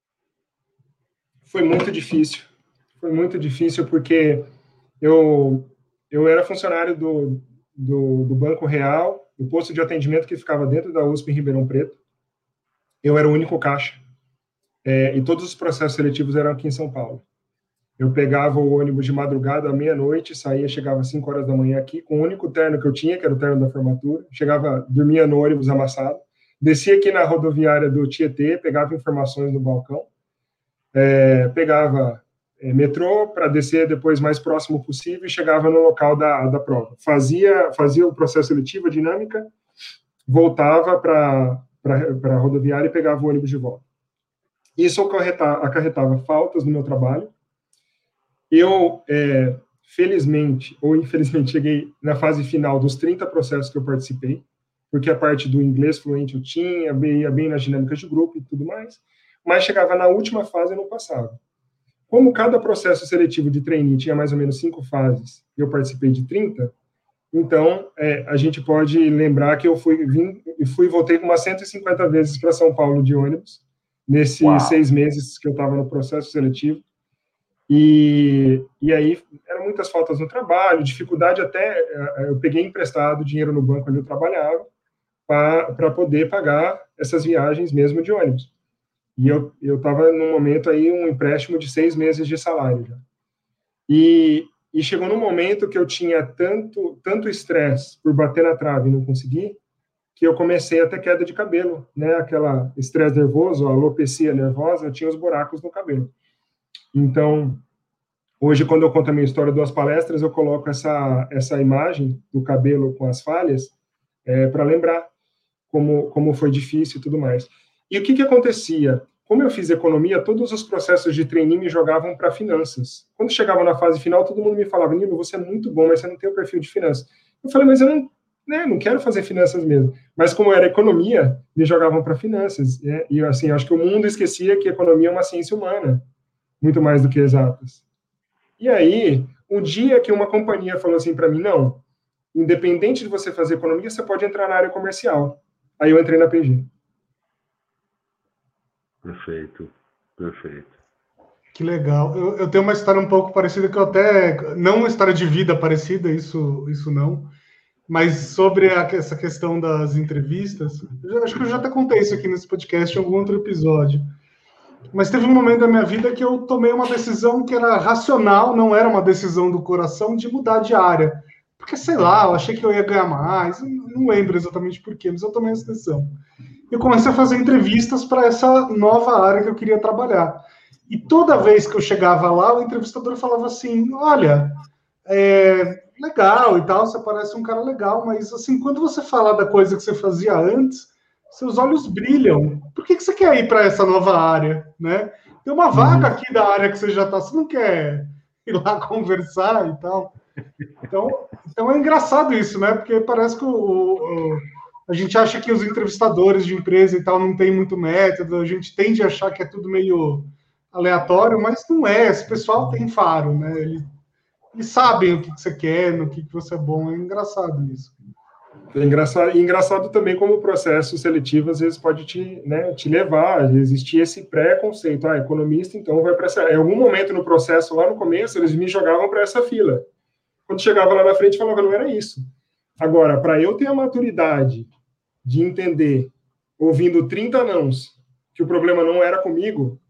Foi muito difícil. Foi muito difícil porque eu era funcionário do Banco Real, o posto de atendimento que ficava dentro da USP em Ribeirão Preto. Eu era o único caixa. E todos os processos seletivos eram aqui em São Paulo. Eu pegava o ônibus de madrugada à meia-noite, chegava às 5 horas da manhã aqui, com o único terno que eu tinha, que era o terno da formatura. Dormia no ônibus amassado. Descia aqui na rodoviária do Tietê, pegava informações no balcão. Pegava metrô para descer depois mais próximo possível e chegava no local da prova. Fazia o processo seletivo, a dinâmica, voltava para a rodoviária e pegava o ônibus de volta. Isso acarretava faltas no meu trabalho. Eu, felizmente ou infelizmente, cheguei na fase final dos 30 processos que eu participei. porque a parte do inglês fluente eu tinha, ia bem nas dinâmicas de grupo e tudo mais, mas chegava na última fase e não passava. Como cada processo seletivo de trainee tinha mais ou menos 5 fases, e eu participei de 30, então a gente pode lembrar que eu fui e voltei umas 150 vezes para São Paulo de ônibus, nesses 6 meses que eu estava no processo seletivo. E aí, eram muitas faltas no trabalho, dificuldade até, eu peguei emprestado dinheiro no banco onde eu trabalhava, para poder pagar essas viagens mesmo de ônibus. E eu estava, num momento aí, um empréstimo de 6 meses de salário já. E chegou num momento que eu tinha tanto estresse por bater na trave e não conseguir, que eu comecei a ter queda de cabelo, né? Aquela estresse nervoso, a alopecia nervosa, eu tinha os buracos no cabelo. Então, hoje, quando eu conto a minha história das palestras, eu coloco essa imagem do cabelo com as falhas para lembrar como foi difícil e tudo mais. E o que acontecia? Como eu fiz economia, todos os processos de trainee me jogavam para finanças. Quando chegava na fase final, todo mundo me falava, Nilo, você é muito bom, mas você não tem o perfil de finanças. Eu falei, mas eu não quero fazer finanças mesmo. Mas como era economia, me jogavam para finanças. E assim, acho que o mundo esquecia que economia é uma ciência humana, muito mais do que exatas. E aí, um dia que uma companhia falou assim para mim, não, independente de você fazer economia, você pode entrar na área comercial. Aí eu entrei na PG. Perfeito. Que legal. Eu tenho uma história um pouco parecida, que eu até... Não uma história de vida parecida, isso não. Mas sobre essa questão das entrevistas, acho que eu já até contei isso aqui nesse podcast em algum outro episódio. Mas teve um momento da minha vida que eu tomei uma decisão que era racional, não era uma decisão do coração, de mudar de área. Porque, sei lá, eu achei que eu ia ganhar mais, não lembro exatamente por quê, mas eu tomei essa decisão. Eu comecei a fazer entrevistas para essa nova área que eu queria trabalhar. E toda vez que eu chegava lá, o entrevistador falava assim, olha, legal e tal, você parece um cara legal, mas assim, quando você falar da coisa que você fazia antes, seus olhos brilham. Por que você quer ir para essa nova área, né? Tem uma vaga aqui da área que você já está, você não quer ir lá conversar e tal? Então é engraçado isso, né? Porque parece que a gente acha que os entrevistadores de empresa e tal não tem muito método, a gente tende a achar que é tudo meio aleatório, mas não é. Esse pessoal tem faro, né? Eles sabem o que você quer, no que você é bom. É engraçado isso. É engraçado também como o processo seletivo às vezes pode te levar a existir esse pré-conceito. Economista, então vai para essa... Em algum momento no processo, lá no começo, eles me jogavam para essa fila. Quando chegava lá na frente, falava, não era isso. Agora, para eu ter a maturidade de entender, ouvindo 30 nãos, que o problema não era comigo,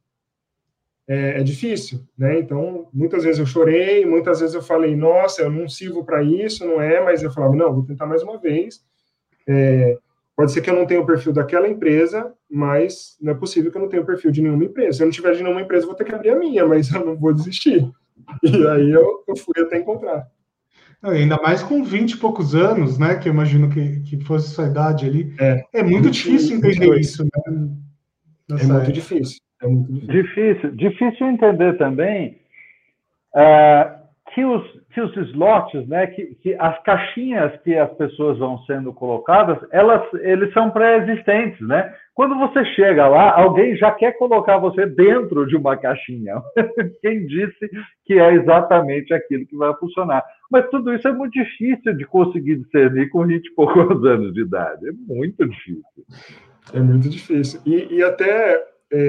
é difícil, né? Então, muitas vezes eu chorei, muitas vezes eu falei, nossa, eu não sirvo para isso, não é, mas eu falava, não, vou tentar mais uma vez. Pode ser que eu não tenha o perfil daquela empresa, mas não é possível que eu não tenha o perfil de nenhuma empresa. Se eu não tiver de nenhuma empresa, eu vou ter que abrir a minha, mas eu não vou desistir. E aí eu fui até encontrar. Ainda mais com 20 e poucos anos, né? Que eu imagino que fosse essa idade ali. É muito difícil entender 22. Isso, né? É muito difícil. É muito difícil. Difícil entender também que os slots, né, que as caixinhas que as pessoas vão sendo colocadas, eles são pré-existentes, né? Quando você chega lá, alguém já quer colocar você dentro de uma caixinha. Quem disse que é exatamente aquilo que vai funcionar? Mas tudo isso é muito difícil de conseguir discernir com 20 e poucos anos de idade. É muito difícil. É muito difícil. E até...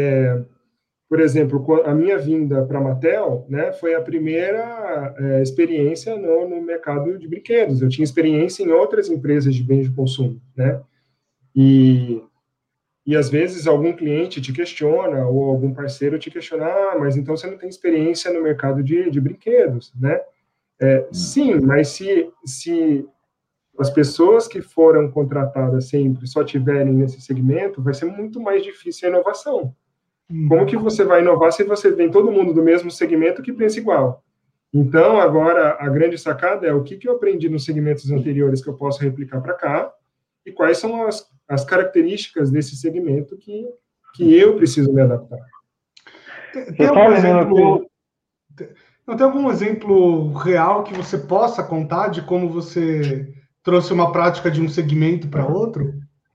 por exemplo, a minha vinda para a Mattel, né, foi a primeira experiência no mercado de brinquedos. Eu tinha experiência em outras empresas de bens de consumo, né? E às vezes algum cliente te questiona, ou algum parceiro te questiona, mas então você não tem experiência no mercado de brinquedos, né? Sim, mas se as pessoas que foram contratadas sempre só tiverem nesse segmento, vai ser muito mais difícil a inovação. Como que você vai inovar se você tem todo mundo do mesmo segmento que pensa igual? Então, agora, a grande sacada é o que eu aprendi nos segmentos anteriores que eu posso replicar para cá e quais são as características desse segmento que eu preciso me adaptar. Tem algum exemplo real que você possa contar de como você trouxe uma prática de um segmento para outro?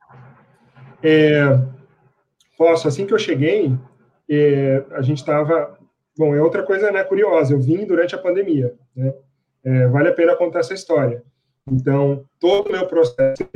Posso. Assim que eu cheguei, a gente estava... Bom, é outra coisa, né, curiosa. Eu vim durante a pandemia, né? Vale a pena contar essa história. Então, todo o meu processo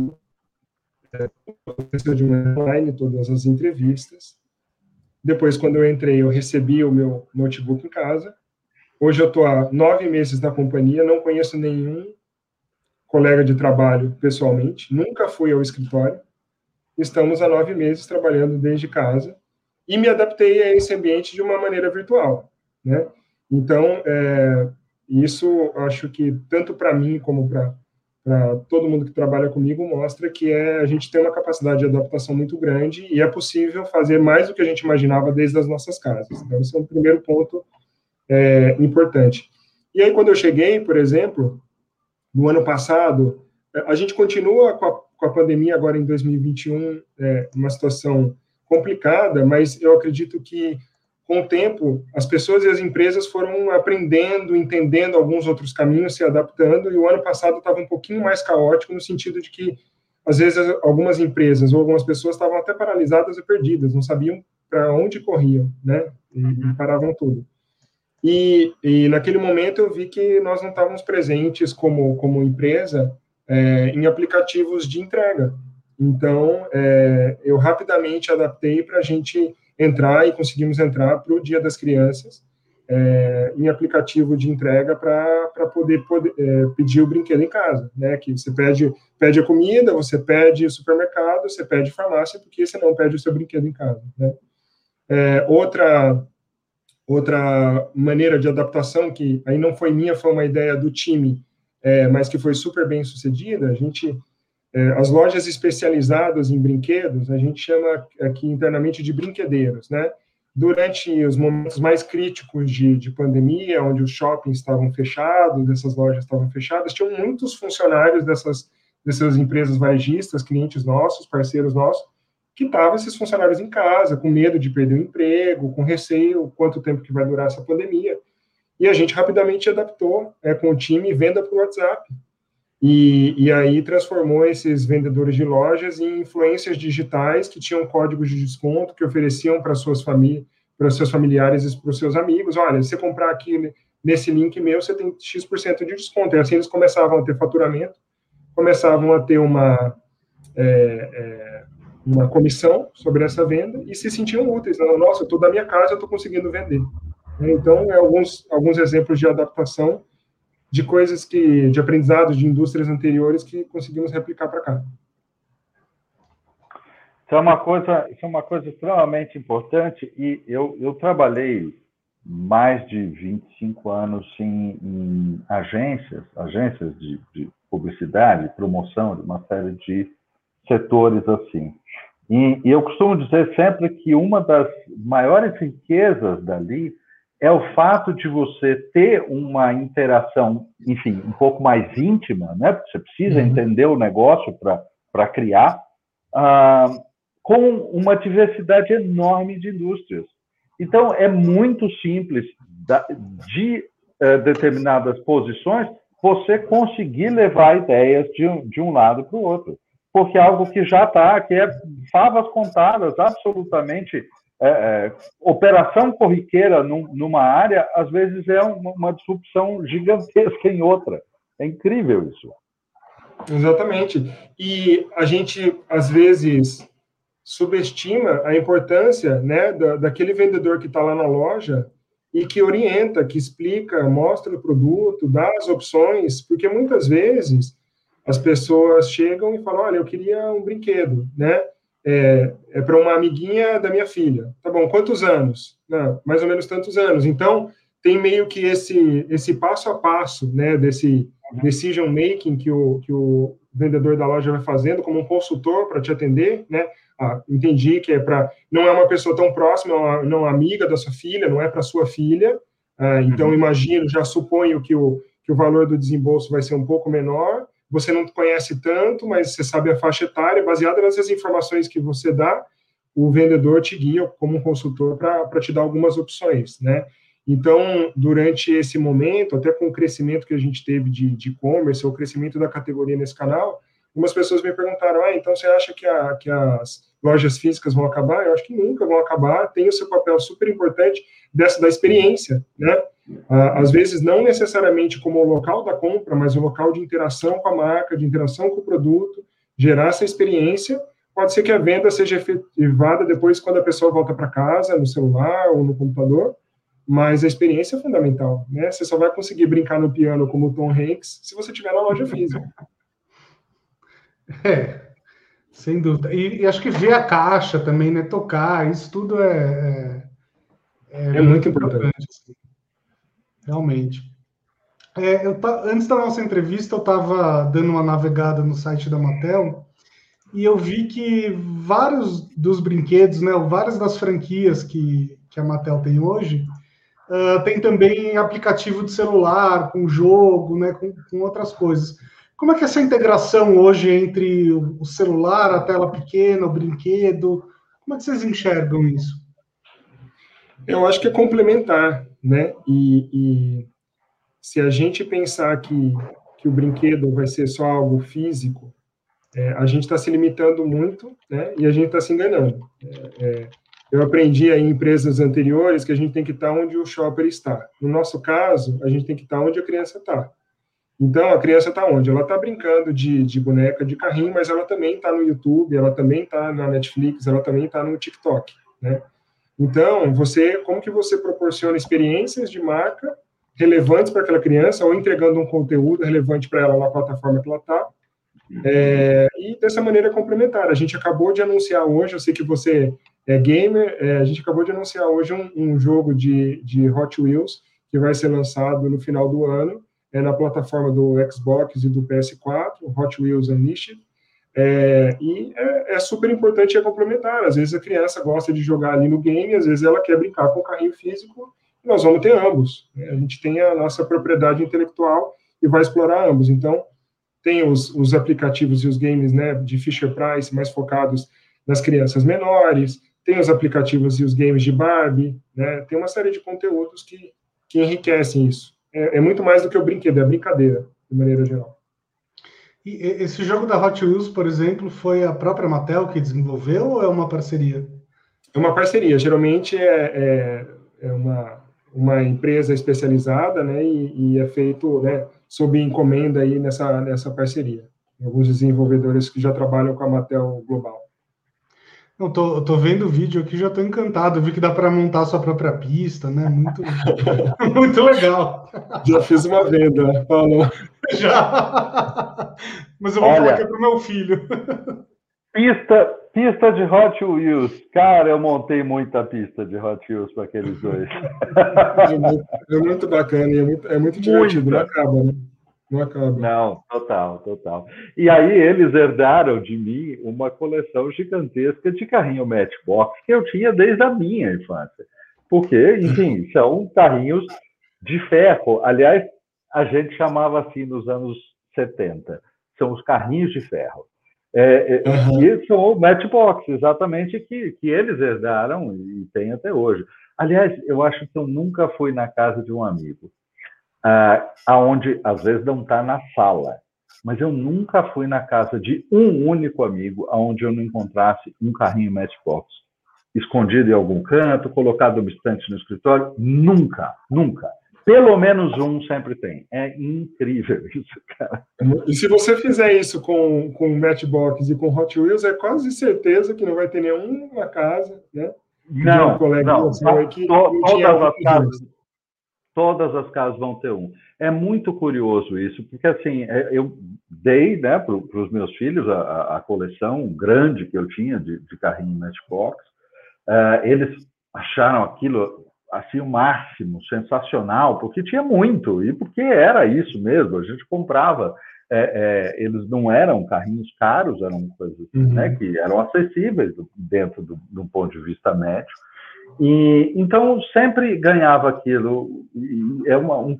de online, todas as entrevistas. Depois, quando eu entrei, eu recebi o meu notebook em casa. Hoje eu estou há 9 meses na companhia, não conheço nenhum colega de trabalho pessoalmente, nunca fui ao escritório. Estamos há 9 meses trabalhando desde casa e me adaptei a esse ambiente de uma maneira virtual, né? Então, isso acho que tanto para mim como para todo mundo que trabalha comigo mostra que a gente tem uma capacidade de adaptação muito grande e é possível fazer mais do que a gente imaginava desde as nossas casas. Então, esse é um primeiro ponto importante. E aí, quando eu cheguei, por exemplo, no ano passado, a gente continua com a pandemia agora em 2021, uma situação complicada, mas eu acredito que, com o tempo, as pessoas e as empresas foram aprendendo, entendendo alguns outros caminhos, se adaptando, e o ano passado estava um pouquinho mais caótico, no sentido de que, às vezes, algumas empresas ou algumas pessoas estavam até paralisadas e perdidas, não sabiam para onde corriam, né? E paravam tudo. E naquele momento eu vi que nós não estávamos presentes como empresa em aplicativos de entrega. Então, eu rapidamente adaptei para a gente entrar e conseguimos entrar para o Dia das Crianças em aplicativo de entrega para poder pedir o brinquedo em casa, né? Que você pede a comida, você pede supermercado, você pede farmácia, porque você não pede o seu brinquedo em casa, né? Outra maneira de adaptação, que aí não foi minha, foi uma ideia do time, mas que foi super bem sucedida, as lojas especializadas em brinquedos, a gente chama aqui internamente de brinquedeiros, né? Durante os momentos mais críticos de pandemia, onde os shoppings estavam fechados, essas lojas estavam fechadas, tinham muitos funcionários dessas empresas varejistas, clientes nossos, parceiros nossos, que estavam esses funcionários em casa, com medo de perder o emprego, com receio, quanto tempo que vai durar essa pandemia. E a gente rapidamente adaptou com o time venda para o WhatsApp. E aí transformou esses vendedores de lojas em influências digitais que tinham códigos de desconto, que ofereciam para suas famílias, para os seus familiares e para os seus amigos. Olha, se você comprar aqui nesse link meu, você tem X% de desconto. E assim eles começavam a ter faturamento, começavam a ter uma comissão sobre essa venda e se sentiam úteis. Nossa, eu estou da minha casa, eu estou conseguindo vender. Então, alguns exemplos de adaptação de coisas de aprendizados de indústrias anteriores que conseguimos replicar para cá. Isso é uma coisa extremamente importante e eu trabalhei mais de 25 anos em agências de publicidade, promoção, de uma série de setores assim. E eu costumo dizer sempre que uma das maiores riquezas dali é o fato de você ter uma interação, enfim, um pouco mais íntima, né? Porque você precisa entender o negócio para criar, com uma diversidade enorme de indústrias. Então, é muito simples, de determinadas posições, você conseguir levar ideias de um lado para o outro. Porque é algo que já está, que é favas contadas, absolutamente. Operação corriqueira numa área, às vezes é uma disrupção gigantesca em outra. É incrível isso. Exatamente. E a gente, às vezes, subestima a importância, né, daquele vendedor que está lá na loja e que orienta, que explica, mostra o produto, dá as opções, porque muitas vezes as pessoas chegam e falam, olha, eu queria um brinquedo, né? Para uma amiguinha da minha filha. Tá bom, quantos anos? Não, mais ou menos tantos anos. Então, tem meio que esse passo a passo, né, desse decision making que o vendedor da loja vai fazendo como um consultor para te atender, né? Entendi que não é uma pessoa tão próxima, não é amiga da sua filha, não é para sua filha. Então, imagino, já suponho que o valor do desembolso vai ser um pouco menor. Você não conhece tanto, mas você sabe a faixa etária, baseada nessas informações que você dá, o vendedor te guia como um consultor para te dar algumas opções, né? Então, durante esse momento, até com o crescimento que a gente teve de e-commerce, o crescimento da categoria nesse canal, algumas pessoas me perguntaram, então você acha que as lojas físicas vão acabar? Eu acho que nunca vão acabar, tem o seu papel super importante da experiência, né? Às vezes, não necessariamente como o local da compra, mas o local de interação com a marca, de interação com o produto, gerar essa experiência. Pode ser que a venda seja efetivada depois, quando a pessoa volta para casa, no celular ou no computador, mas a experiência é fundamental, né? Você só vai conseguir brincar no piano como o Tom Hanks se você estiver na loja física. Sem dúvida. E acho que ver a caixa também, né? Tocar, isso tudo é muito importante. Assim. Realmente. Antes da nossa entrevista, eu estava dando uma navegada no site da Mattel e eu vi que vários dos brinquedos, né? Várias das franquias que a Mattel tem hoje, tem também aplicativo de celular, com jogo, né? Com outras coisas. Como é que é essa integração hoje entre o celular, a tela pequena, o brinquedo? Como é que vocês enxergam isso? Eu acho que é complementar, né? E se a gente pensar que o brinquedo vai ser só algo físico, a gente está se limitando muito, né? E a gente está se enganando. Eu aprendi em empresas anteriores que a gente tem que estar onde o shopper está. No nosso caso, a gente tem que estar onde a criança está. Então, a criança está onde? Ela está brincando de boneca, de carrinho, mas ela também está no YouTube, ela também está na Netflix, ela também está no TikTok, né? Então, como que você proporciona experiências de marca relevantes para aquela criança, ou entregando um conteúdo relevante para ela na plataforma que ela está, e dessa maneira complementar. A gente acabou de anunciar hoje, eu sei que você é gamer, a gente acabou de anunciar hoje um jogo de Hot Wheels, que vai ser lançado no final do ano, na plataforma do Xbox e do PS4, Hot Wheels Unleashed, e é super importante e complementar. Às vezes a criança gosta de jogar ali no game, às vezes ela quer brincar com o carrinho físico, e nós vamos ter ambos, né? A gente tem a nossa propriedade intelectual e vai explorar ambos. Então, tem os aplicativos e os games, né, de Fisher-Price, mais focados nas crianças menores, tem os aplicativos e os games de Barbie, né? Tem uma série de conteúdos que enriquecem isso. É muito mais do que o brinquedo, é a brincadeira, de maneira geral. E esse jogo da Hot Wheels, por exemplo, foi a própria Mattel que desenvolveu ou é uma parceria? É uma parceria. Geralmente é uma empresa especializada, né, e é feito, né, sob encomenda aí nessa parceria. Alguns desenvolvedores que já trabalham com a Mattel Global. Eu tô vendo o vídeo aqui, já tô encantado. Eu vi que dá para montar a sua própria pista, né? Muito, muito legal. Já fiz uma venda, Paulo. Já. Mas eu vou falar que é pro meu filho. Pista de Hot Wheels. Cara, eu montei muita pista de Hot Wheels para aqueles dois. É muito bacana, é muito divertido, não acaba, né? Não acaba. Não, total. E aí eles herdaram de mim uma coleção gigantesca de carrinho Matchbox que eu tinha desde a minha infância. Porque, enfim, são carrinhos de ferro. Aliás, a gente chamava assim nos anos 70. São os carrinhos de ferro. E são o Matchbox, exatamente, que eles herdaram e tem até hoje. Aliás, eu acho que eu nunca fui na casa de um amigo, aonde às vezes não está na sala, mas eu nunca fui na casa de um único amigo aonde eu não encontrasse um carrinho Matchbox escondido em algum canto, colocado obstante no escritório. Nunca. Pelo menos um sempre tem. É incrível isso, cara. E se você fizer isso com Matchbox e com Hot Wheels, é quase certeza que não vai ter nenhum na casa, né? Não. Todas as casas vão ter um. É muito curioso isso, porque assim, eu dei, né, para os meus filhos a coleção grande que eu tinha de carrinho Matchbox. Eles acharam aquilo assim o máximo, sensacional, porque tinha muito, e porque era isso mesmo, a gente comprava, eles não eram carrinhos caros, eram coisas, né, que eram acessíveis dentro de um ponto de vista médio, e então sempre ganhava aquilo, e é um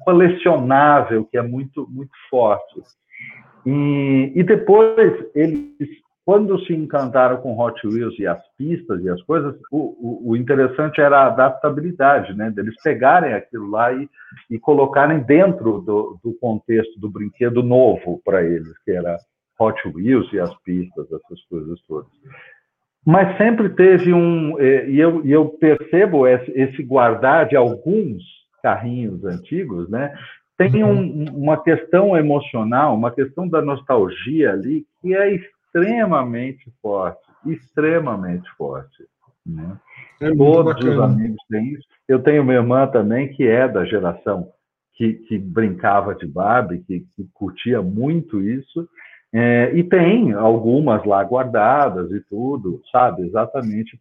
colecionável que é muito, muito forte. E depois eles quando se encantaram com Hot Wheels e as pistas e as coisas, o interessante era a adaptabilidade, né? Deles pegarem aquilo lá e colocarem dentro do contexto do brinquedo novo para eles, que era Hot Wheels e as pistas, essas coisas todas. Mas sempre teve e eu percebo esse guardar de alguns carrinhos antigos, né? Tem uma questão emocional, uma questão da nostalgia ali, que é extremamente forte, né? Todos os amigos têm isso. Eu tenho uma irmã também que é da geração que brincava de Barbie, que curtia muito isso, e tem algumas lá guardadas e tudo, sabe? Exatamente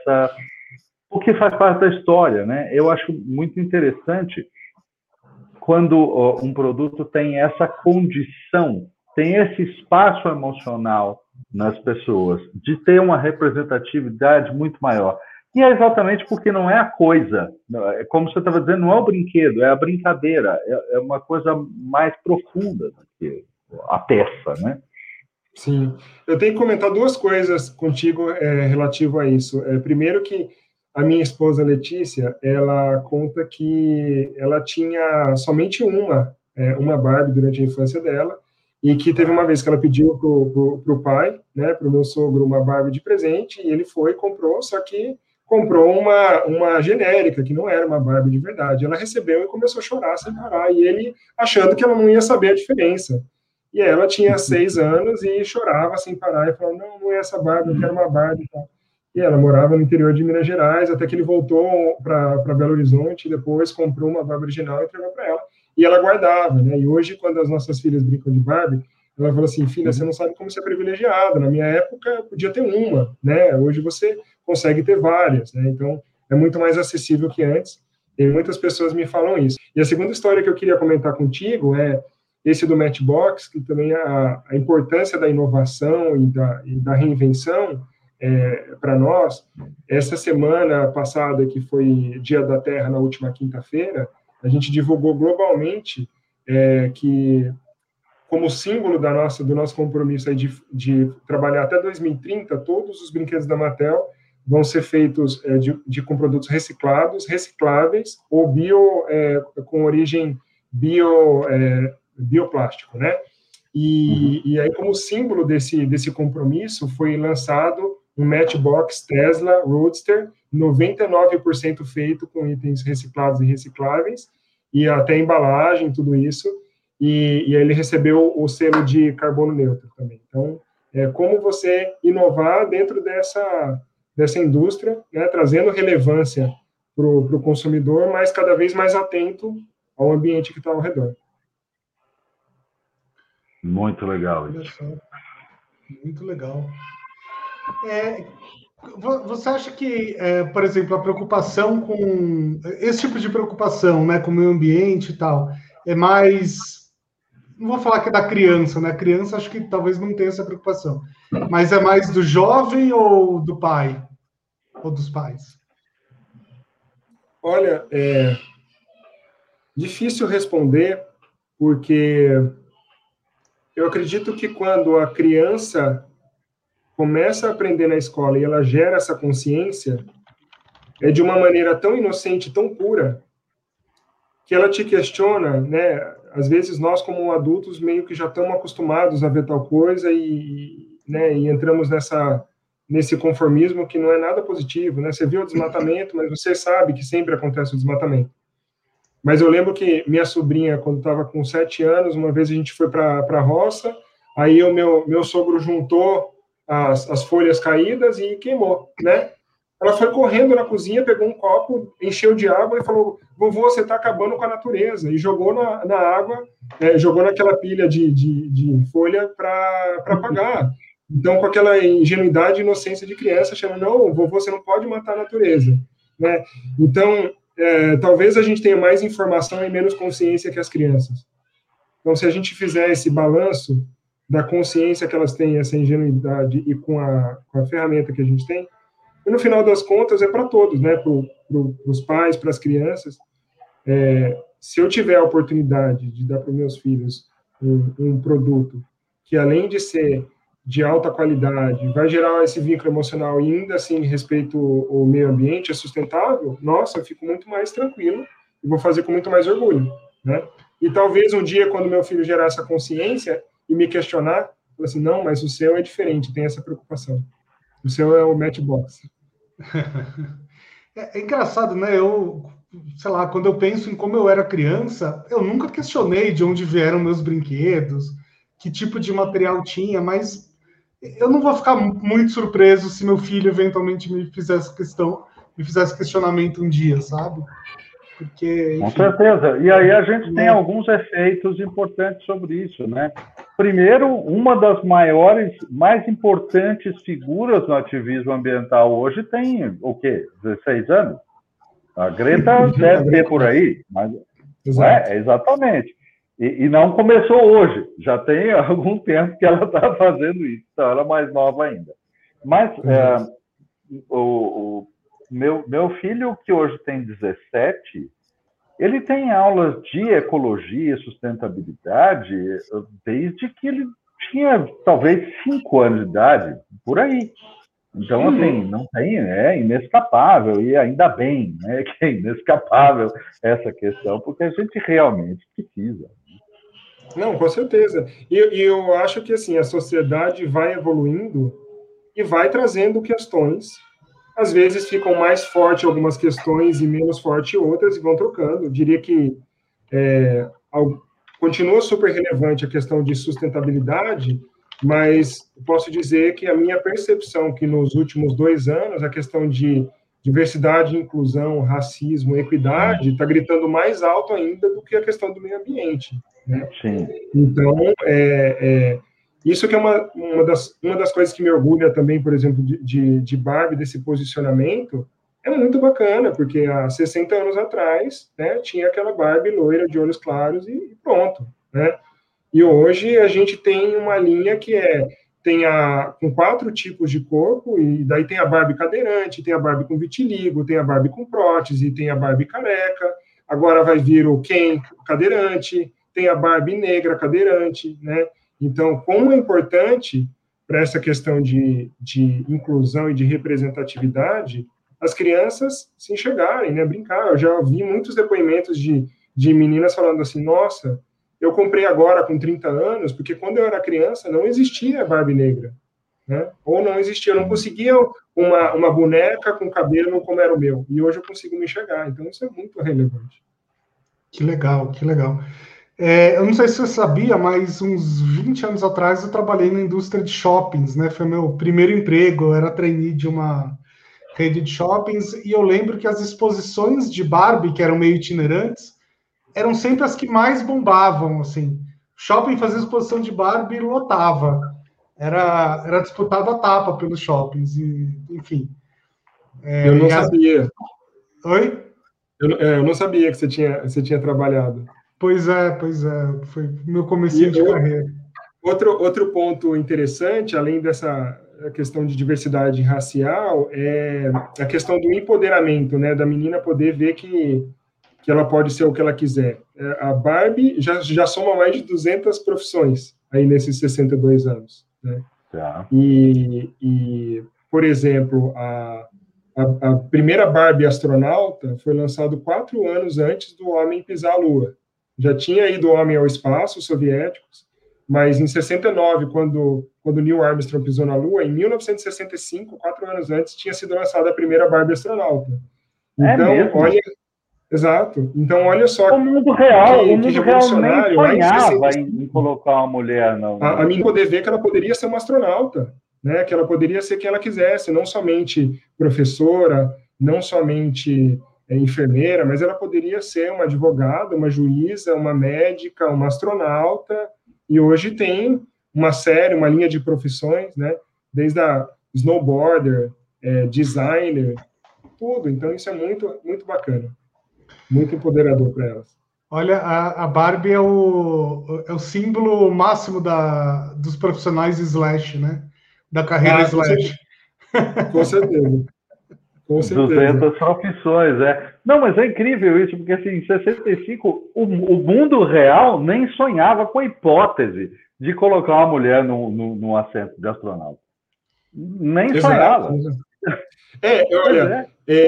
porque faz parte da história, né? Eu acho muito interessante quando um produto tem essa condição, tem esse espaço emocional nas pessoas, de ter uma representatividade muito maior. E é exatamente porque não é a coisa, como você estava dizendo, não é o brinquedo, é a brincadeira, é uma coisa mais profunda do que a peça, né? Sim. Eu tenho que comentar duas coisas contigo relativo a isso. Primeiro que a minha esposa Letícia, ela conta que ela tinha somente uma Barbie durante a infância dela, e que teve uma vez que ela pediu pro pai, né, pro meu sogro, uma Barbie de presente, e ele foi e comprou, só que comprou uma genérica, que não era uma Barbie de verdade. Ela recebeu e começou a chorar sem parar, e ele achando que ela não ia saber a diferença. E ela tinha 6 anos e chorava sem parar, e falava, não é essa Barbie, eu quero uma Barbie. E ela morava no interior de Minas Gerais, até que ele voltou para Belo Horizonte, e depois comprou uma Barbie original e entregou para ela. E ela guardava, né? E hoje, quando as nossas filhas brincam de Barbie, ela fala assim, filha, você não sabe como você é privilegiada. Na minha época, podia ter uma, né? Hoje você consegue ter várias, né? Então, é muito mais acessível que antes. E muitas pessoas me falam isso. E a segunda história que eu queria comentar contigo é esse do Matchbox, que também a importância da inovação e da reinvenção para nós. Essa semana passada, que foi Dia da Terra, na última quinta-feira, a gente divulgou globalmente que, como símbolo do nosso compromisso aí de trabalhar até 2030, todos os brinquedos da Mattel vão ser feitos com produtos reciclados, recicláveis ou com origem bioplástico, né? E aí, como símbolo desse compromisso, foi lançado um Matchbox Tesla Roadster, 99% feito com itens reciclados e recicláveis, e até embalagem, tudo isso, e aí ele recebeu o selo de carbono neutro também. Então, como você inovar dentro dessa indústria, né, trazendo relevância para o consumidor, mas cada vez mais atento ao ambiente que está ao redor. Muito legal isso. Muito legal. Você acha que, por exemplo, a preocupação com esse tipo de preocupação, né, com o meio ambiente e tal, é mais, não vou falar que é da criança, né? A criança acho que talvez não tenha essa preocupação, mas é mais do jovem ou do pai ou dos pais? Olha, difícil responder, porque eu acredito que quando a criança começa a aprender na escola e ela gera essa consciência, é de uma maneira tão inocente, tão pura, que ela te questiona, né? Às vezes nós, como adultos, meio que já estamos acostumados a ver tal coisa né, e entramos nesse conformismo que não é nada positivo, né? Você viu o desmatamento, mas você sabe que sempre acontece o desmatamento. Mas eu lembro que minha sobrinha, quando estava com 7 anos, uma vez a gente foi para a roça, aí o meu sogro juntou as folhas caídas e queimou, né? Ela foi correndo na cozinha, pegou um copo, encheu de água e falou, vovô, você está acabando com a natureza. E jogou na água, jogou naquela pilha de folha para apagar. Então, com aquela ingenuidade e inocência de criança, achando, não, vovô, você não pode matar a natureza, né? Então, talvez a gente tenha mais informação e menos consciência que as crianças. Então, se a gente fizer esse balanço da consciência que elas têm, essa ingenuidade, e com a ferramenta que a gente tem, e no final das contas é para todos, né? Para os pais, para as crianças. Se eu tiver a oportunidade de dar para os meus filhos um produto que, além de ser de alta qualidade, vai gerar esse vínculo emocional e ainda assim respeito o meio ambiente, é sustentável, nossa, eu fico muito mais tranquilo e vou fazer com muito mais orgulho, né? E talvez um dia, quando meu filho gerar essa consciência e me questionar, falar assim, não, mas o seu é diferente, tem essa preocupação. O seu é o Matchbox. É engraçado, né? Sei lá, quando eu penso em como eu era criança, eu nunca questionei de onde vieram meus brinquedos, que tipo de material tinha, mas eu não vou ficar muito surpreso se meu filho eventualmente me fizesse questionamento um dia, sabe? Porque, Com enfim. certeza. E aí a gente tem alguns efeitos importantes sobre isso, né? Primeiro, uma das mais importantes figuras no ativismo ambiental hoje tem, o quê? 16 anos? A Greta deve ter por aí, mas não é? Exatamente. E não começou hoje, já tem algum tempo que ela está fazendo isso, então ela é mais nova ainda. Mas o meu filho, que hoje tem 17, ele tem aulas de ecologia e sustentabilidade desde que ele tinha talvez 5 anos de idade, por aí. Então, assim, não tem, é inescapável, e ainda bem, né, que é inescapável essa questão, porque a gente realmente precisa. Não, com certeza. E eu acho que, assim, a sociedade vai evoluindo e vai trazendo questões. Às vezes ficam mais fortes algumas questões e menos forte outras, e vão trocando. Eu diria que continua super relevante a questão de sustentabilidade, mas posso dizer que a minha percepção que nos últimos 2 anos a questão de diversidade, inclusão, racismo, equidade está gritando mais alto ainda do que a questão do meio ambiente, né? Sim. Então, isso que é uma das coisas que me orgulha também, por exemplo, de Barbie, desse posicionamento, é muito bacana, porque há 60 anos atrás, né, tinha aquela Barbie loira de olhos claros e pronto, né? E hoje a gente tem uma linha que tem com 4 tipos de corpo, e daí tem a Barbie cadeirante, tem a Barbie com vitiligo, tem a Barbie com prótese, tem a Barbie careca, agora vai vir o Ken cadeirante, tem a Barbie negra cadeirante, né? Então, como é importante para essa questão de inclusão e de representatividade, as crianças se enxergarem, né? Brincar. Eu já vi muitos depoimentos de meninas falando assim, nossa, eu comprei agora com 30 anos, porque quando eu era criança não existia Barbie negra, né? Ou não existia, eu não conseguia uma boneca com cabelo como era o meu, e hoje eu consigo me enxergar, então isso é muito relevante. Que legal, que legal. Eu não sei se você sabia, mas uns 20 anos atrás eu trabalhei na indústria de shoppings, né? Foi meu primeiro emprego, eu era trainee de uma rede de shoppings, e eu lembro que as exposições de Barbie, que eram meio itinerantes, eram sempre as que mais bombavam, assim. Shopping fazia exposição de Barbie e lotava. Era disputado a tapa pelos shoppings, e, enfim. Eu não sabia. Oi? Eu não sabia que você tinha trabalhado. Pois é. Foi meu comecinho de carreira. Outro ponto interessante, além dessa questão de diversidade racial, é a questão do empoderamento, né? Da menina poder ver que ela pode ser o que ela quiser. A Barbie já soma mais de 200 profissões aí nesses 62 anos, né? Tá. E, por exemplo, a primeira Barbie astronauta foi lançada 4 anos antes do homem pisar a Lua. Já tinha ido o homem ao espaço, os soviéticos, mas em 69, quando Neil Armstrong pisou na Lua, em 1965, 4 anos antes, tinha sido lançada a primeira Barbie astronauta. Então, olha... Exato. Então, olha só... O mundo real nem sonhava em colocar uma mulher, não. A mim poder ver que ela poderia ser uma astronauta, né? Que ela poderia ser quem ela quisesse, não somente professora, não somente enfermeira, mas ela poderia ser uma advogada, uma juíza, uma médica, uma astronauta, e hoje tem uma linha de profissões, né? Desde a snowboarder, designer, tudo. Então, isso é muito, muito bacana. Muito empoderador para elas. Olha, a Barbie é o símbolo máximo dos profissionais slash, né? Da carreira slash. Com certeza. Com 200 profissões, Não, mas é incrível isso, porque assim, em 65, o mundo real nem sonhava com a hipótese de colocar uma mulher num assento de astronauta. Nem sonhava. Olha,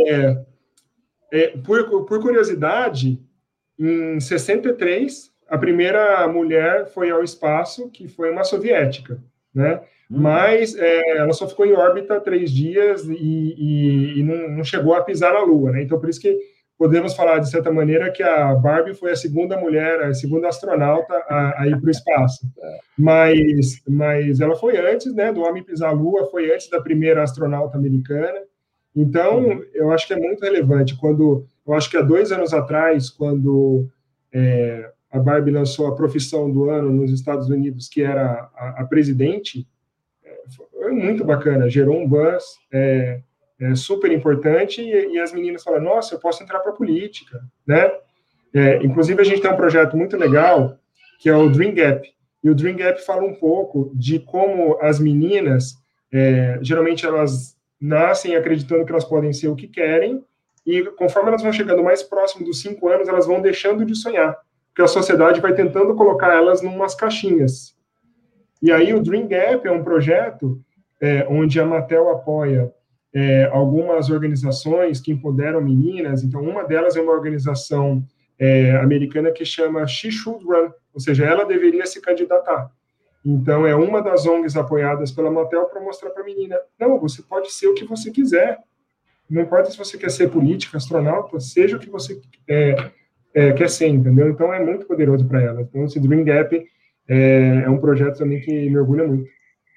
por curiosidade, em 63, a primeira mulher foi ao espaço, que foi uma soviética, né? Mas ela só ficou em órbita 3 dias e não chegou a pisar na Lua, né? Então, por isso que podemos falar, de certa maneira, que a Barbie foi a segunda mulher, a segunda astronauta a ir para o espaço. Mas ela foi antes, né, do homem pisar a Lua, foi antes da primeira astronauta americana. Então, eu acho que é muito relevante. Eu acho que há 2 anos atrás, quando a Barbie lançou a profissão do ano nos Estados Unidos, que era a presidente, foi muito bacana, gerou um buzz super importante, e as meninas falaram, nossa, eu posso entrar para a política, né? Inclusive, a gente tem um projeto muito legal, que é o Dream Gap, e o Dream Gap fala um pouco de como as meninas, geralmente elas nascem acreditando que elas podem ser o que querem, e conforme elas vão chegando mais próximo dos 5 anos, elas vão deixando de sonhar, porque a sociedade vai tentando colocar elas em umas caixinhas. E aí o Dream Gap é um projeto onde a Mattel apoia algumas organizações que empoderam meninas. Então, uma delas é uma organização americana que chama She Should Run, ou seja, ela deveria se candidatar. Então, é uma das ONGs apoiadas pela Mattel para mostrar para a menina, não, você pode ser o que você quiser, não importa se você quer ser política, astronauta, seja o que você quer ser, entendeu? Então, é muito poderoso para ela. Então, esse Dream Gap é um projeto também que me orgulha muito.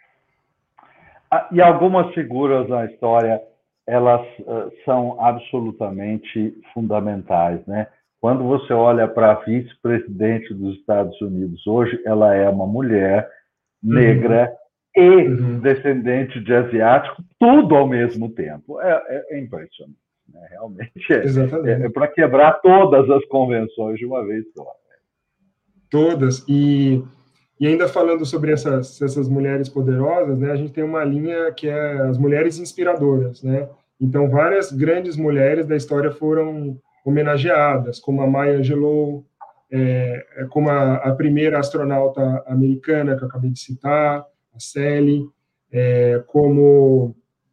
E algumas figuras na história, elas são absolutamente fundamentais, né? Quando você olha para a vice-presidente dos Estados Unidos, hoje ela é uma mulher negra e descendente de asiático, tudo ao mesmo tempo. É impressionante, né? Realmente é para quebrar todas as convenções de uma vez só. Todas. E ainda falando sobre essas mulheres poderosas, né, a gente tem uma linha que é as mulheres inspiradoras, né? Então, várias grandes mulheres da história foram homenageadas, como a Maya Angelou, como a primeira astronauta americana que eu acabei de citar, a Sally, como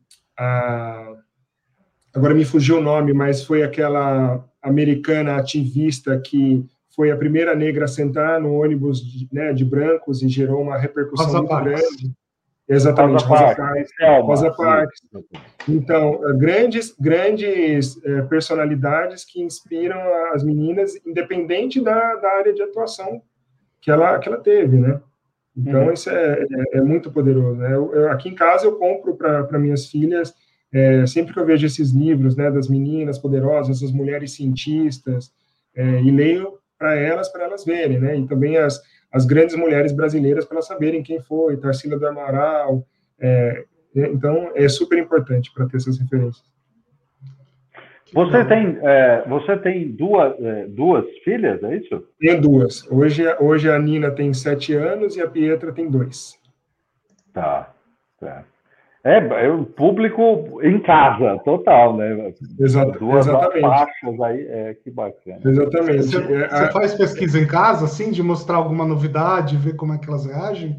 agora me fugiu o nome, mas foi aquela americana ativista que foi a primeira negra a sentar no ônibus de brancos e gerou uma repercussão muito grande. Exatamente, Rosa Parks. Então, grandes personalidades que inspiram as meninas, independente da área de atuação que ela teve, né? Então, isso é muito poderoso, né? Aqui em casa, eu compro para minhas filhas, sempre que eu vejo esses livros, né, das meninas poderosas, das mulheres cientistas, e leio para elas verem, né? E também as grandes mulheres brasileiras para elas saberem quem foi, Tarsila do Amaral. Então, é super importante para ter essas referências. Você tem duas filhas, é isso? Tenho 2. Hoje a Nina tem 7 anos e a Pietra tem 2. Tá. É o público em casa, total, né? Duas faixas aí, que bacana. Exatamente. Você faz pesquisa em casa, assim, de mostrar alguma novidade, ver como é que elas reagem?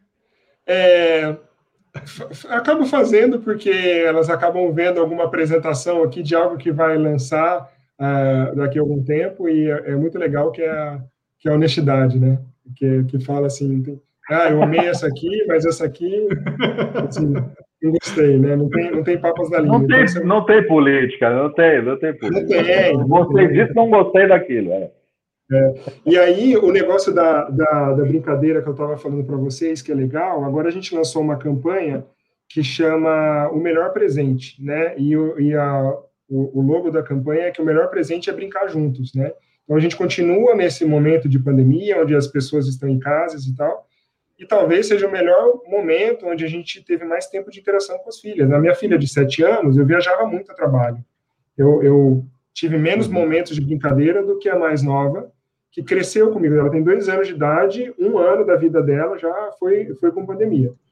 Acabo fazendo, porque elas acabam vendo alguma apresentação aqui de algo que vai lançar daqui a algum tempo, e é muito legal que é a honestidade, né? Que fala assim, eu amei essa aqui, mas essa aqui, assim, não gostei, né? Não tem papas na língua. Não tem política, não tem política. Gostei disso, não gostei daquilo. E aí, o negócio da brincadeira que eu estava falando para vocês, que é legal, agora a gente lançou uma campanha que chama O Melhor Presente, né? E o logo da campanha é que o melhor presente é brincar juntos, né? Então, a gente continua nesse momento de pandemia, onde as pessoas estão em casas e tal, e talvez seja o melhor momento onde a gente teve mais tempo de interação com as filhas. Na minha filha de 7 anos, eu viajava muito a trabalho. Eu tive menos momentos de brincadeira do que a mais nova, que cresceu comigo. Ela tem 2 anos de idade, 1 ano da vida dela já foi com pandemia.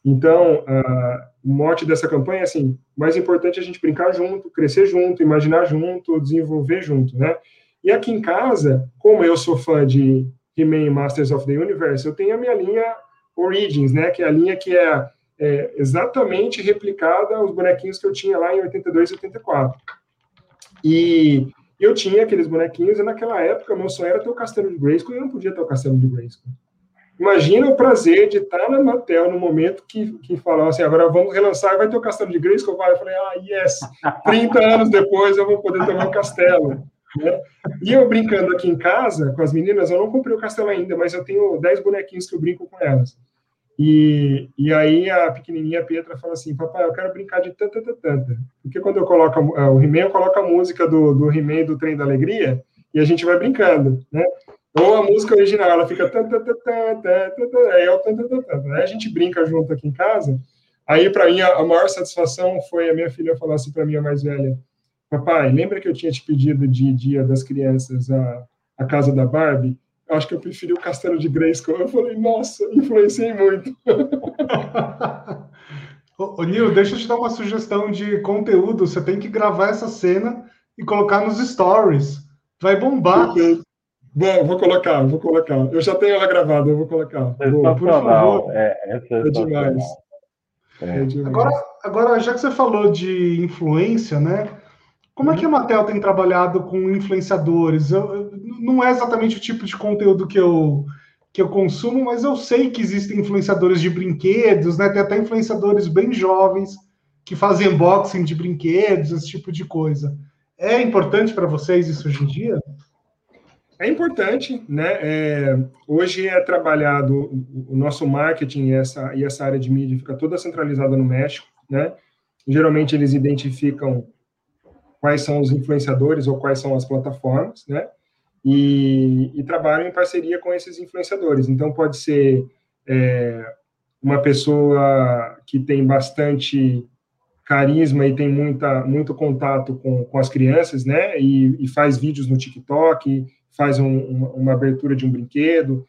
Então, o mote dessa campanha é assim, o mais importante é a gente brincar junto, crescer junto, imaginar junto, desenvolver junto, né? E aqui em casa, como eu sou fã de He-Man e Masters of the Universe, eu tenho a minha linha Origins, né? Que é a linha que é exatamente replicada aos bonequinhos que eu tinha lá em 82 e 84. E eu tinha aqueles bonequinhos, e naquela época meu sonho era ter o Castelo de Grayskull, e eu não podia ter o Castelo de Grayskull. Imagina o prazer de estar na Mattel no momento que falaram assim, agora vamos relançar, vai ter o Castelo de Grayskull? Eu falei, yes, 30 anos depois eu vou poder ter o meu castelo. Né? E eu brincando aqui em casa com as meninas, eu não comprei o castelo ainda, mas eu tenho 10 bonequinhos que eu brinco com elas. E aí a pequenininha Petra fala assim, papai, eu quero brincar de tanta. Porque quando eu coloco o He-Man, eu coloco a música do He-Man do Trem da Alegria, e a gente vai brincando, né? Ou a música original, ela fica aí eu aí a gente brinca junto aqui em casa. Aí, para mim, a maior satisfação foi a minha filha falar assim para mim, a mais velha, papai, lembra que eu tinha te pedido de Dia das Crianças a casa da Barbie? Eu acho que eu preferi o Castelo de Grayskull. Eu falei, nossa, influenciei muito. Ô, Nil, deixa eu te dar uma sugestão de conteúdo. Você tem que gravar essa cena e colocar nos stories. Vai bombar. Vou colocar. Eu já tenho ela gravada, eu vou colocar. Por favor. É demais. Agora, já que você falou de influência, né? Como é que a Mattel tem trabalhado com influenciadores? Não é exatamente o tipo de conteúdo que eu consumo, mas eu sei que existem influenciadores de brinquedos, né? Tem até influenciadores bem jovens que fazem unboxing de brinquedos, esse tipo de coisa. É importante para vocês isso hoje em dia? É importante, né? Hoje é trabalhado o nosso marketing e essa área de mídia fica toda centralizada no México, né? Geralmente eles identificam quais são os influenciadores ou quais são as plataformas, né? E trabalham em parceria com esses influenciadores. Então, pode ser uma pessoa que tem bastante carisma e tem muito contato com as crianças, né? E faz vídeos no TikTok, faz uma abertura de um brinquedo.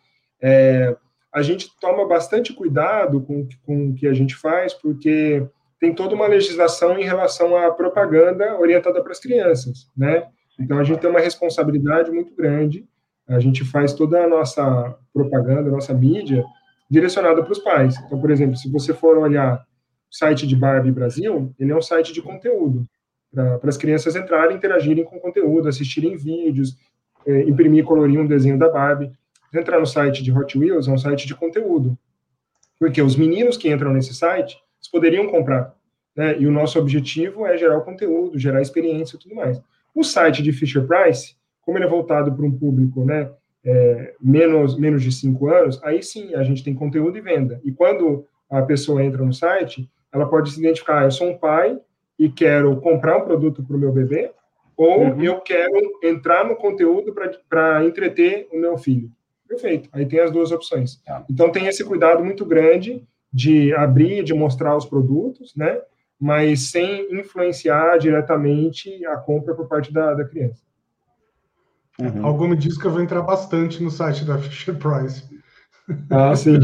A gente toma bastante cuidado com o que a gente faz, porque tem toda uma legislação em relação à propaganda orientada para as crianças, né? Então, a gente tem uma responsabilidade muito grande, a gente faz toda a nossa propaganda, a nossa mídia, direcionada para os pais. Então, por exemplo, se você for olhar o site de Barbie Brasil, ele é um site de conteúdo, para as crianças entrarem, interagirem com o conteúdo, assistirem vídeos, imprimir e colorir um desenho da Barbie. Entrar no site de Hot Wheels é um site de conteúdo, porque os meninos que entram nesse site, eles poderiam comprar, né? E o nosso objetivo é gerar o conteúdo, gerar experiência e tudo mais. O site de Fisher-Price, como ele é voltado para um público, né, menos de 5 anos, aí sim a gente tem conteúdo e venda. E quando a pessoa entra no site, ela pode se identificar, eu sou um pai e quero comprar um produto para o meu bebê, ou eu quero entrar no conteúdo para entreter o meu filho. Perfeito, aí tem as duas opções. Então tem esse cuidado muito grande de abrir, de mostrar os produtos, né, mas sem influenciar diretamente a compra por parte da criança. Algo me diz que eu vou entrar bastante no site da Fisher-Price. Ah, sim.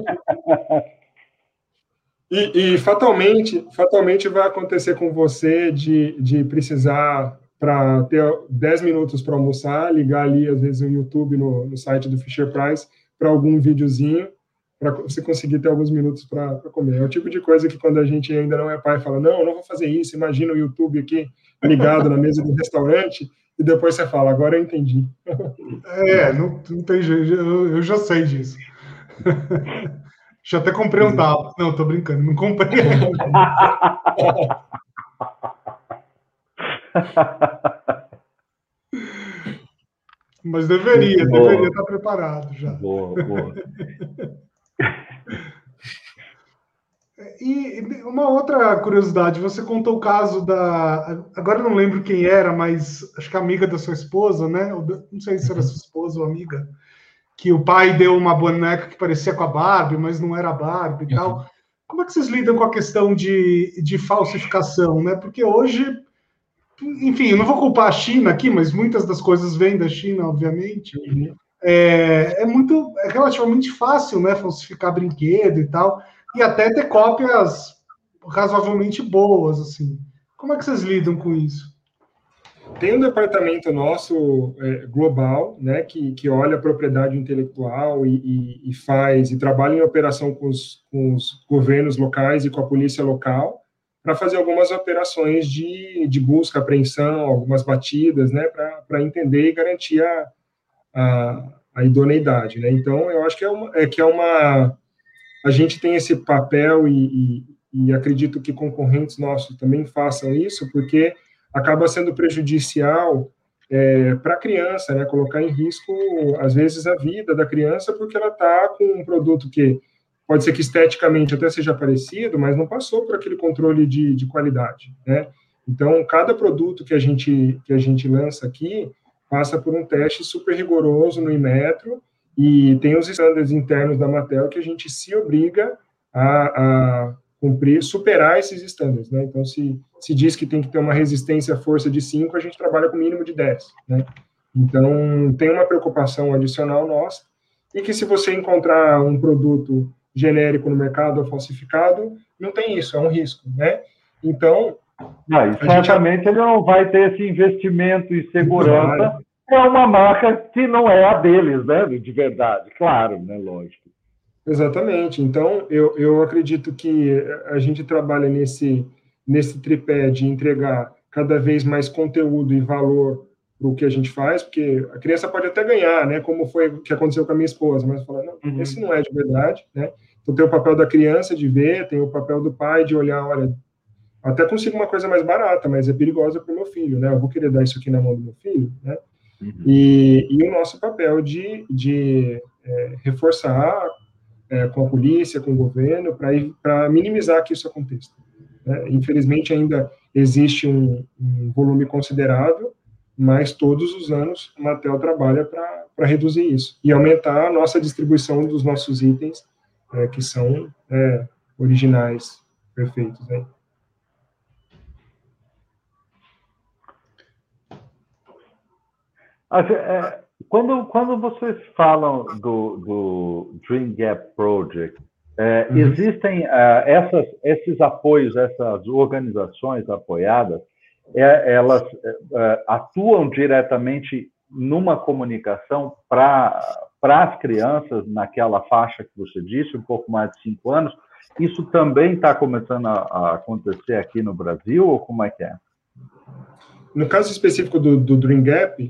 E fatalmente vai acontecer com você de precisar, para ter 10 minutos para almoçar, ligar ali, às vezes, o YouTube no site do Fisher-Price para algum videozinho, para você conseguir ter alguns minutos para comer. É o tipo de coisa que, quando a gente ainda não é pai, fala, não vou fazer isso, imagina o YouTube aqui ligado na mesa do restaurante, e depois você fala, agora eu entendi. Não tem jeito, eu já sei disso. Já até comprei um tablet. Não, tô brincando, não comprei. Mas deveria estar preparado já. Boa. E uma outra curiosidade, você contou o caso agora eu não lembro quem era, mas acho que a amiga da sua esposa, né? Não sei se era sua esposa ou amiga, que o pai deu uma boneca que parecia com a Barbie, mas não era a Barbie e tal. Como é que vocês lidam com a questão de falsificação, né? Porque hoje, enfim, eu não vou culpar a China aqui, mas muitas das coisas vêm da China, obviamente. É relativamente fácil, né, falsificar brinquedo e tal. e até ter cópias razoavelmente boas, assim. Como é que vocês lidam com isso? Tem um departamento nosso global, né, que olha a propriedade intelectual e faz e trabalha em operação com os governos locais e com a polícia local para fazer algumas operações de busca, apreensão, algumas batidas, né, para entender e garantir a idoneidade, né? Então, eu acho que a gente tem esse papel e acredito que concorrentes nossos também façam isso, porque acaba sendo prejudicial para a criança, né? Colocar em risco, às vezes, a vida da criança, porque ela está com um produto que pode ser que esteticamente até seja parecido, mas não passou por aquele controle de qualidade, né? Então, cada produto que a gente lança aqui passa por um teste super rigoroso no Inmetro e tem os estándares internos da Matel que a gente se obriga a cumprir, superar esses estándares, né? Então, se diz que tem que ter uma resistência à força de 5, a gente trabalha com mínimo de 10, né? Então, tem uma preocupação adicional nossa, e que se você encontrar um produto genérico no mercado ou falsificado, não tem isso, é um risco, né? Então... Não, e certamente ele não vai ter esse investimento em segurança. É uma marca que não é a deles, né? De verdade, claro, né? Lógico. Exatamente. Então, eu acredito que a gente trabalha nesse tripé de entregar cada vez mais conteúdo e valor para o que a gente faz, porque a criança pode até ganhar, né? Como foi o que aconteceu com a minha esposa, mas falar, não, esse não é de verdade, né? Então, tem o papel da criança de ver, tem o papel do pai de olhar, olha, até consigo uma coisa mais barata, mas é perigosa para o meu filho, né? Eu vou querer dar isso aqui na mão do meu filho, né? E o nosso papel de reforçar com a polícia, com o governo, para minimizar que isso aconteça, né? Infelizmente, ainda existe um volume considerável, mas todos os anos a Matel trabalha para reduzir isso e aumentar a nossa distribuição dos nossos itens, que são originais, perfeitos, né? Quando vocês falam do Dream Gap Project, existem esses apoios, essas organizações apoiadas, elas atuam diretamente numa comunicação para as crianças naquela faixa que você disse, um pouco mais de 5 anos. Isso também está começando a acontecer aqui no Brasil, ou como é que é? No caso específico do Dream Gap,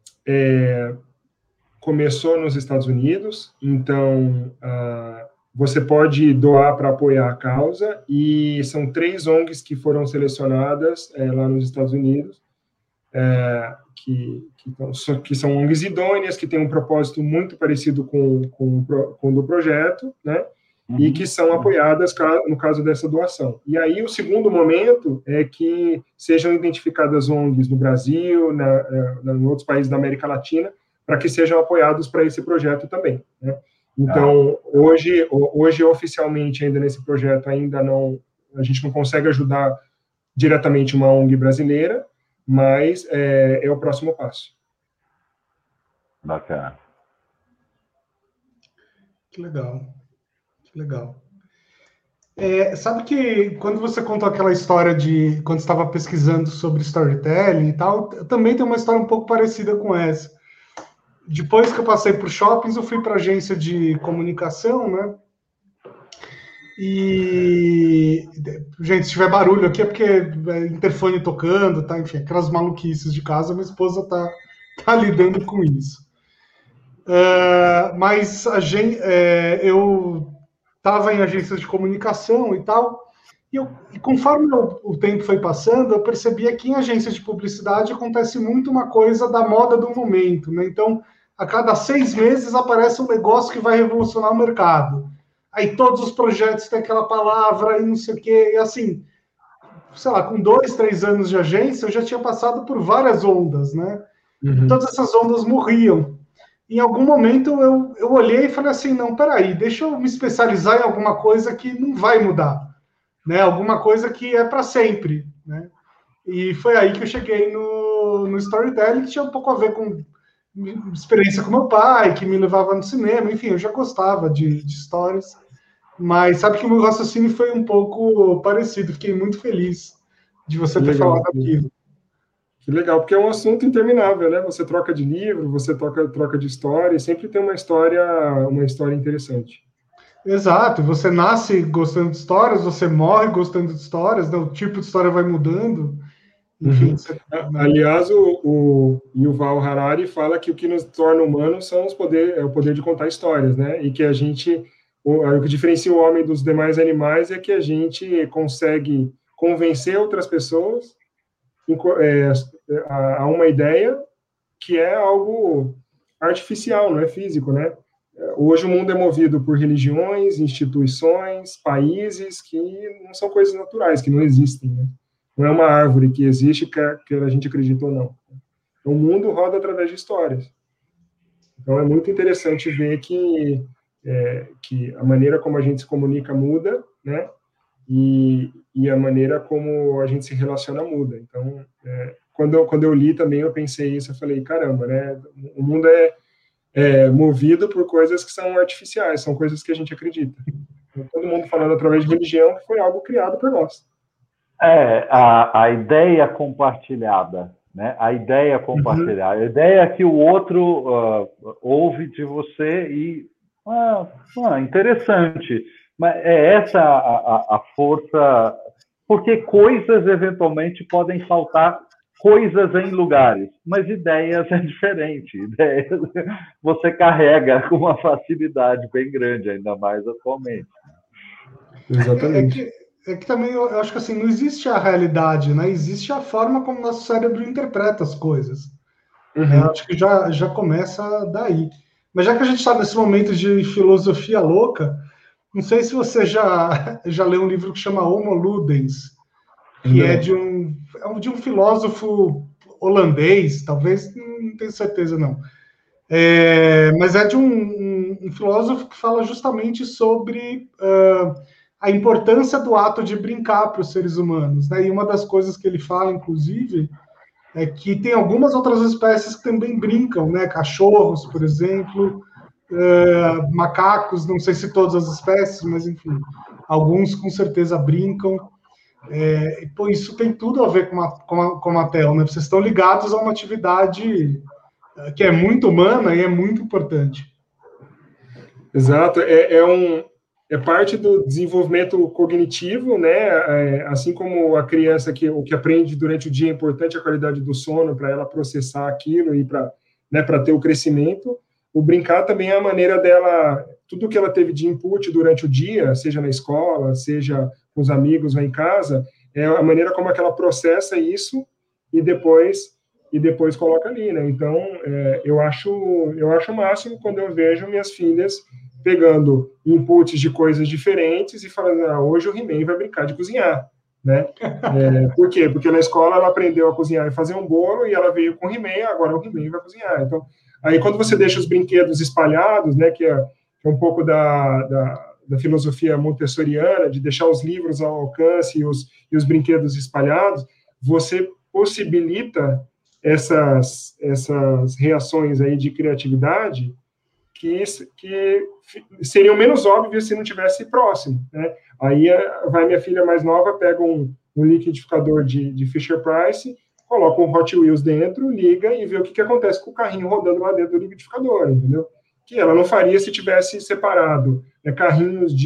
começou nos Estados Unidos, então você pode doar para apoiar a causa, e são 3 ONGs que foram selecionadas lá nos Estados Unidos, que são ONGs idôneas, que têm um propósito muito parecido com o do projeto, né? E que são apoiadas no caso dessa doação. E aí o segundo momento é que sejam identificadas ONGs no Brasil, em outros países da América Latina, para que sejam apoiados para esse projeto também, né? Então, hoje oficialmente ainda nesse projeto a gente não consegue ajudar diretamente uma ONG brasileira, mas é o próximo passo. Bacana. Que legal. Legal. Sabe que quando você contou aquela história de quando estava pesquisando sobre storytelling e tal, eu também tenho uma história um pouco parecida com essa. Depois que eu passei por shoppings, eu fui para agência de comunicação, né? E, gente, se tiver barulho aqui é porque é interfone tocando, tá? Enfim, aquelas maluquices de casa, minha esposa tá lidando com isso. Mas eu estava em agências de comunicação e tal, e conforme o tempo foi passando, eu percebia que em agências de publicidade acontece muito uma coisa da moda do momento, né? Então, a cada 6 meses aparece um negócio que vai revolucionar o mercado. Aí todos os projetos têm aquela palavra e não sei o quê, e assim, sei lá, com 2, 3 anos de agência, eu já tinha passado por várias ondas, né? E todas essas ondas morriam. Em algum momento eu olhei e falei assim, não, peraí, deixa eu me especializar em alguma coisa que não vai mudar, né? Alguma coisa que é para sempre, né? E foi aí que eu cheguei no storytelling, que tinha um pouco a ver com experiência com meu pai, que me levava no cinema, enfim, eu já gostava de histórias. Mas sabe que o meu raciocínio foi um pouco parecido. Fiquei muito feliz de você ter Legal. falado aquilo. Que legal, porque é um assunto interminável, né? Você troca de livro, você troca de história, e sempre tem uma história interessante. Exato, você nasce gostando de histórias, você morre gostando de histórias, né? O tipo de história vai mudando, enfim. Uhum. Aliás, o Yuval Harari fala que o que nos torna humanos é o poder de contar histórias, né? E que o que diferencia o homem dos demais animais é que a gente consegue convencer outras pessoas é, a uma ideia que é algo artificial, não é físico, né? Hoje o mundo é movido por religiões, instituições, países que não são coisas naturais, que não existem, né? Não é uma árvore que existe, quer a gente acredite ou não. O mundo roda através de histórias. Então é muito interessante ver que a maneira como a gente se comunica muda, né? E a maneira como a gente se relaciona muda. Então, quando eu li também, eu pensei isso, eu falei, caramba, né? O mundo é movido por coisas que são artificiais, são coisas que a gente acredita. Então, todo mundo falando através de religião, que foi algo criado por nós. A ideia compartilhada, né? A ideia compartilhada. A ideia é que o outro ouve de você e... interessante. Mas é essa a força... Porque coisas, eventualmente, podem faltar coisas em lugares, mas ideias é diferente. Ideias você carrega com uma facilidade bem grande, ainda mais atualmente. Exatamente. É que também eu acho que assim, não existe a realidade, né? Existe a forma como nosso cérebro interpreta as coisas. Né? Eu acho que já começa daí. Mas já que a gente está nesse momento de filosofia louca, não sei se você já leu um livro que chama Homo Ludens, que é de um filósofo holandês, talvez, não tenho certeza não. Mas é de um filósofo que fala justamente sobre a importância do ato de brincar para os seres humanos. Né? E uma das coisas que ele fala, inclusive, é que tem algumas outras espécies que também brincam, né? Cachorros, por exemplo, macacos, não sei se todas as espécies, mas enfim, alguns com certeza brincam. Pô, isso tem tudo a ver com a TEL, né? Vocês estão ligados a uma atividade que é muito humana e é muito importante. Exato, é parte do desenvolvimento cognitivo, né? Assim como a criança o que aprende durante o dia é importante a qualidade do sono para ela processar aquilo e para ter o crescimento. O brincar também é a maneira dela, tudo que ela teve de input durante o dia, seja na escola, seja com os amigos ou em casa, é a maneira como é que ela processa isso e depois coloca ali, né? Então, eu acho o máximo quando eu vejo minhas filhas pegando inputs de coisas diferentes e falando, hoje o He-Man vai brincar de cozinhar, né? Por quê? Porque na escola ela aprendeu a cozinhar e fazer um bolo e ela veio com o He-Man, agora o He-Man vai cozinhar. Então, aí quando você deixa os brinquedos espalhados, né, que é um pouco da filosofia montessoriana, de deixar os livros ao alcance e os brinquedos espalhados, você possibilita essas reações aí de criatividade que seriam menos óbvias se não tivesse próximo, né? Aí vai minha filha mais nova, pega um liquidificador de Fisher-Price, coloca um Hot Wheels dentro, liga e vê o que acontece com o carrinho rodando lá dentro do liquidificador, entendeu? Que ela não faria se tivesse separado, né, carrinhos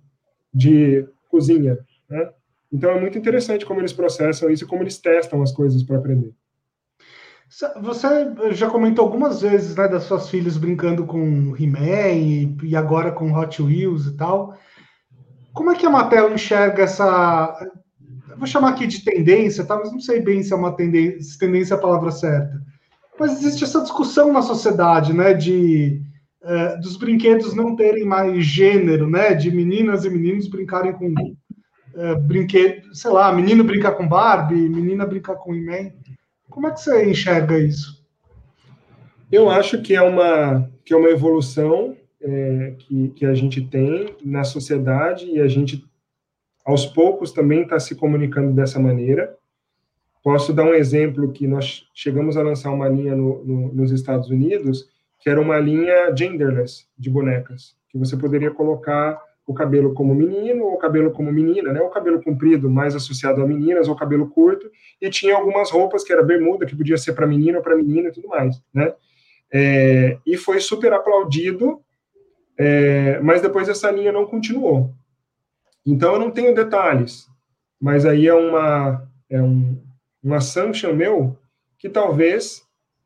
de cozinha, né? Então é muito interessante como eles processam isso e como eles testam as coisas para aprender. Você já comentou algumas vezes, né, das suas filhas brincando com He-Man e agora com Hot Wheels e tal. Como é que a Mattel enxerga essa... Eu vou chamar aqui de tendência, tá? Mas não sei bem se é uma tendência, se tendência é a palavra certa. Mas existe essa discussão na sociedade, né, dos brinquedos não terem mais gênero, né, de meninas e meninos brincarem com brinquedo, sei lá, menino brincar com Barbie, menina brincar com He-Man. Como é que você enxerga isso? Eu acho que é uma evolução que a gente tem na sociedade e a gente, aos poucos, também está se comunicando dessa maneira. Posso dar um exemplo que nós chegamos a lançar uma linha nos Estados Unidos, que era uma linha genderless de bonecas, que você poderia colocar o cabelo como menino, ou o cabelo como menina, né? O cabelo comprido mais associado a meninas, ou cabelo curto, e tinha algumas roupas que era bermuda, que podia ser para menino ou para menina e tudo mais, né? E foi super aplaudido, mas depois essa linha não continuou. Então, eu não tenho detalhes, mas aí é um assumption meu que talvez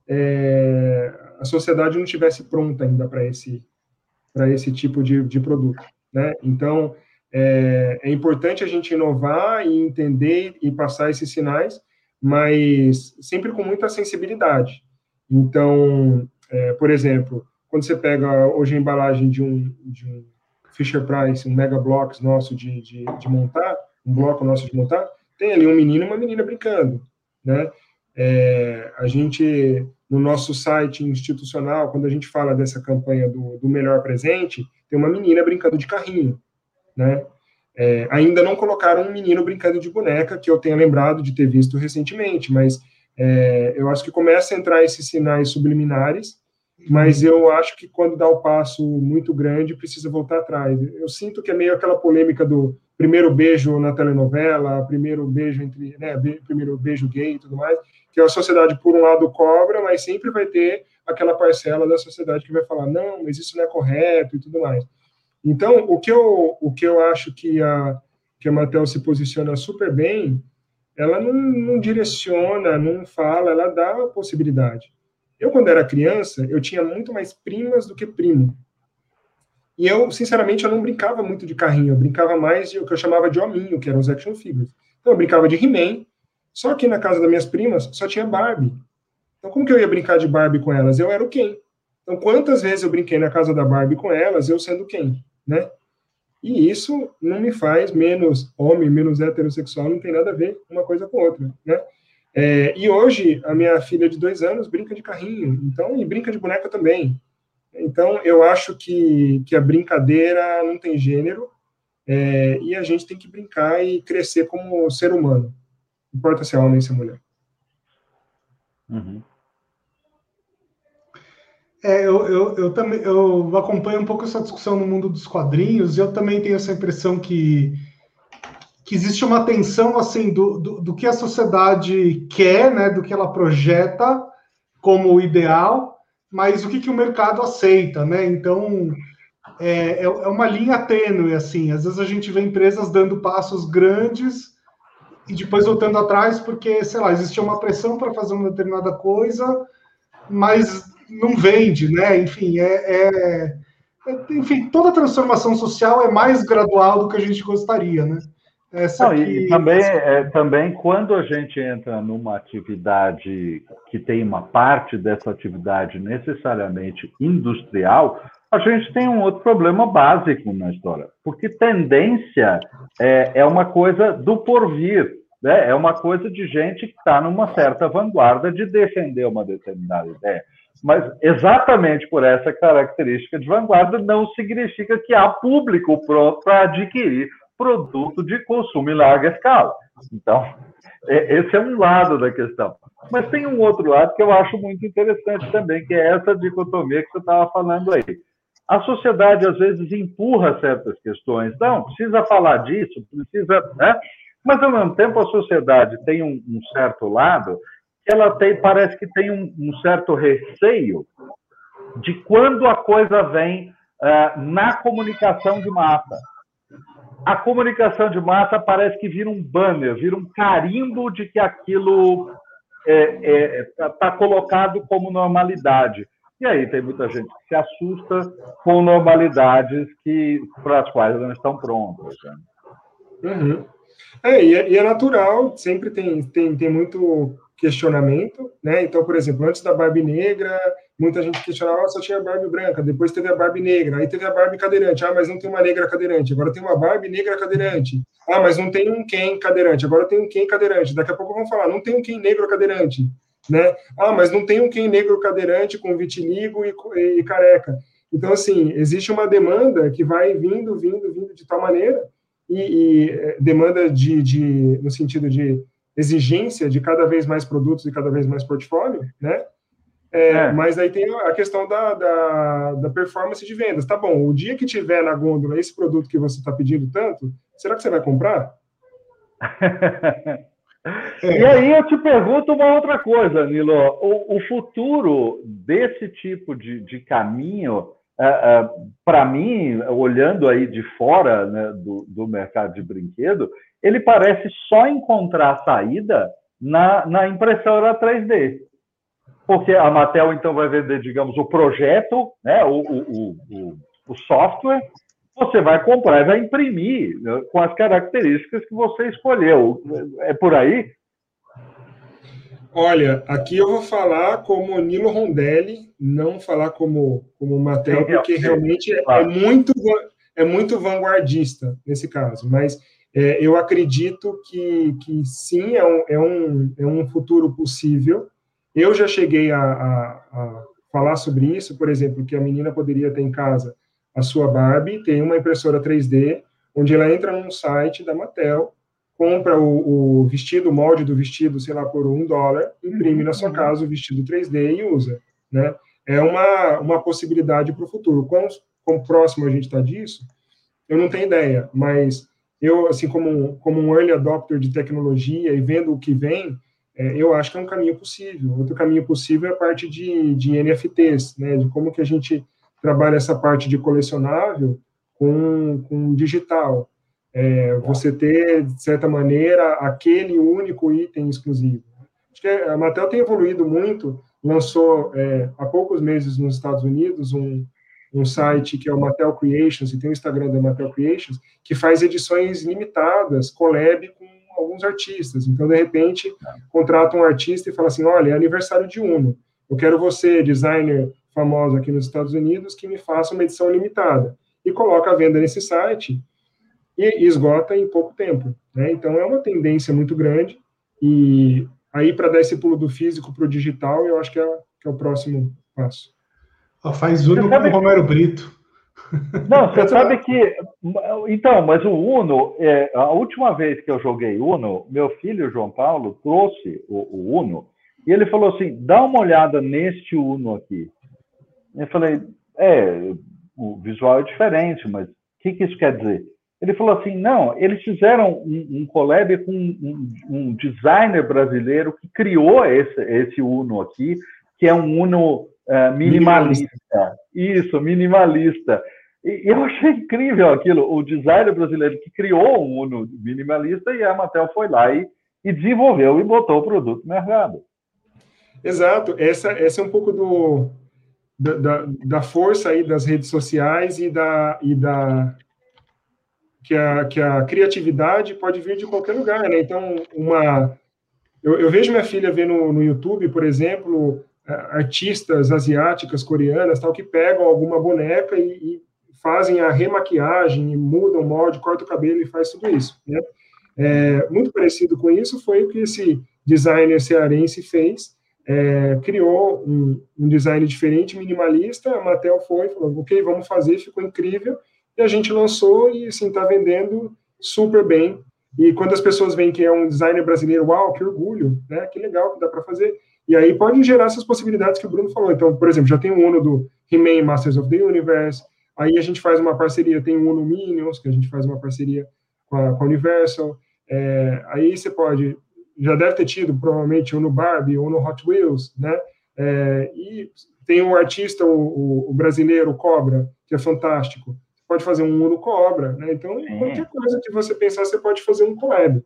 a sociedade não estivesse pronta ainda para esse tipo de produto, né? Então, é importante a gente inovar e entender e passar esses sinais, mas sempre com muita sensibilidade. Então, por exemplo, quando você pega hoje a embalagem de um Fisher-Price, um Mega Blocks nosso de montar, um bloco nosso de montar, tem ali um menino e uma menina brincando, né? A gente, no nosso site institucional, quando a gente fala dessa campanha do melhor presente, tem uma menina brincando de carrinho, né? Ainda não colocaram um menino brincando de boneca, que eu tenha lembrado de ter visto recentemente, mas eu acho que começa a entrar esses sinais subliminares, mas eu acho que quando dá o passo muito grande, precisa voltar atrás. Eu sinto que é meio aquela polêmica do primeiro beijo na telenovela, primeiro beijo primeiro beijo gay e tudo mais, que a sociedade, por um lado, cobra, mas sempre vai ter aquela parcela da sociedade que vai falar, não, mas isso não é correto e tudo mais. Então, o que eu acho que a Mattel se posiciona super bem, ela não direciona, não fala, ela dá a possibilidade. Eu, quando era criança, eu tinha muito mais primas do que primo. E eu, sinceramente, eu não brincava muito de carrinho, eu brincava mais de o que eu chamava de hominho, que eram os action figures. Então, eu brincava de He-Man, só que na casa das minhas primas só tinha Barbie. Então, como que eu ia brincar de Barbie com elas? Eu era o Ken. Então, quantas vezes eu brinquei na casa da Barbie com elas, eu sendo Ken, né? E isso não me faz menos homem, menos heterossexual, não tem nada a ver uma coisa com outra, né? E hoje, a minha filha de 2 anos brinca de carrinho, então, e brinca de boneca também. Então, eu acho que a brincadeira não tem gênero, e a gente tem que brincar e crescer como ser humano. Não importa se é homem ou se é mulher. Uhum. Eu também eu acompanho um pouco essa discussão no mundo dos quadrinhos, e eu também tenho essa impressão que existe uma tensão assim do que a sociedade quer, né, do que ela projeta como ideal, mas o que o mercado aceita, né? Então é uma linha tênue, assim. Às vezes a gente vê empresas dando passos grandes e depois voltando atrás porque, sei lá, existia uma pressão para fazer uma determinada coisa, mas não vende, né? Enfim, enfim, toda transformação social é mais gradual do que a gente gostaria, né? Não, e também quando a gente entra numa atividade que tem uma parte dessa atividade necessariamente industrial, a gente tem um outro problema básico na história, porque tendência é uma coisa do porvir, né? É uma coisa de gente que está numa certa vanguarda de defender uma determinada ideia. Mas exatamente por essa característica de vanguarda não significa que há público pronto para adquirir produto de consumo em larga escala. Então, esse é um lado da questão. Mas tem um outro lado que eu acho muito interessante também, que é essa dicotomia que você estava falando aí. A sociedade, às vezes, empurra certas questões. Não, precisa falar disso, precisa... né? Mas, ao mesmo tempo, a sociedade tem um certo lado que ela parece que tem um certo receio de quando a coisa vem na comunicação de massa. A comunicação de massa parece que vira um banner, vira um carimbo de que aquilo está colocado como normalidade. E aí tem muita gente que se assusta com normalidades para as quais não estão prontas. Né? Uhum. E é natural, sempre tem muito questionamento, né? Então, por exemplo, antes da Barbie negra, muita gente questionava, só tinha a Barbie branca, depois teve a Barbie negra, aí teve a Barbie cadeirante, mas não tem uma negra cadeirante, agora tem uma Barbie negra cadeirante, mas não tem um Ken cadeirante, agora tem um Ken cadeirante, daqui a pouco vamos falar, não tem um Ken negro cadeirante, né? Mas não tem um Ken negro cadeirante com vitiligo e careca. Então, assim, existe uma demanda que vai vindo de tal maneira, e demanda no sentido de exigência de cada vez mais produtos e cada vez mais portfólio, né? Mas aí tem a questão da performance de vendas. Tá bom, o dia que tiver na gôndola esse produto que você está pedindo tanto, será que você vai comprar? E aí eu te pergunto uma outra coisa, Nilo. O futuro desse tipo de caminho, para mim, olhando aí de fora, né, do mercado de brinquedo, ele parece só encontrar saída na impressora 3D. Porque a Mattel, então, vai vender, digamos, o projeto, né, o software, você vai comprar e vai imprimir, né, com as características que você escolheu. É por aí? Olha, aqui eu vou falar como Nilo Rondelli, não falar como Mattel, porque realmente é muito vanguardista nesse caso. Mas eu acredito que sim, é um futuro possível. Eu já cheguei a falar sobre isso, por exemplo, que a menina poderia ter em casa a sua Barbie, tem uma impressora 3D, onde ela entra num site da Mattel, compra o vestido, o molde do vestido, sei lá, por $1, imprime na sua casa o vestido 3D e usa, né? É uma possibilidade para o futuro. Quão próximo a gente está disso, eu não tenho ideia, mas eu, assim, como um early adopter de tecnologia e vendo o que vem, eu acho que é um caminho possível. Outro caminho possível é a parte de NFTs, né? De como que a gente trabalha essa parte de colecionável com digital. Você ter, de certa maneira, aquele único item exclusivo. Acho que a Mattel tem evoluído muito, lançou há poucos meses nos Estados Unidos um site que é o Mattel Creations, e tem o Instagram da Mattel Creations, que faz edições limitadas, collab com alguns artistas. Então, de repente, contrata um artista e fala assim, olha, é aniversário de Uno, eu quero você, designer famoso aqui nos Estados Unidos, que me faça uma edição limitada. E coloca a venda nesse site e esgota em pouco tempo, né? Então, é uma tendência muito grande, e aí, para dar esse pulo do físico para o digital, eu acho que é o próximo passo. Faz Uno com o Romero Brito. Não, você sabe que... Então, mas o Uno, a última vez que eu joguei Uno, meu filho, João Paulo, trouxe o Uno, e ele falou assim, dá uma olhada neste Uno aqui. Eu falei, o visual é diferente, mas o que isso quer dizer? Ele falou assim, não, eles fizeram um collab com um designer brasileiro que criou esse Uno aqui, que é um Uno minimalista. Isso, minimalista. E eu achei incrível aquilo, o designer brasileiro que criou um Uno minimalista, e a Mattel foi lá e desenvolveu e botou o produto no mercado. Exato, essa é um pouco da força aí das redes sociais que a criatividade pode vir de qualquer lugar, né? Então, eu vejo minha filha ver no YouTube, por exemplo, artistas asiáticas, coreanas, tal, que pegam alguma boneca e fazem a remaquiagem, e mudam o molde, cortam o cabelo e faz tudo isso, né? Muito parecido com isso foi o que esse designer cearense fez, criou um design diferente, minimalista, a Mattel foi e falou, ok, vamos fazer, ficou incrível, e a gente lançou e, assim, está vendendo super bem. E quando as pessoas veem que é um designer brasileiro, uau, que orgulho, né? Que legal que dá para fazer. E aí pode gerar essas possibilidades que o Bruno falou. Então, por exemplo, já tem o Uno do He-Man Masters of the Universe, aí a gente faz uma parceria, tem o Uno Minions, que a gente faz uma parceria com a Universal, aí você pode, já deve ter tido, provavelmente, Uno Barbie, Uno Hot Wheels, né? E tem um artista, o brasileiro, o Cobra, que é fantástico, pode fazer um Uno Cobra, né? Então, qualquer coisa que você pensar, você pode fazer um collab.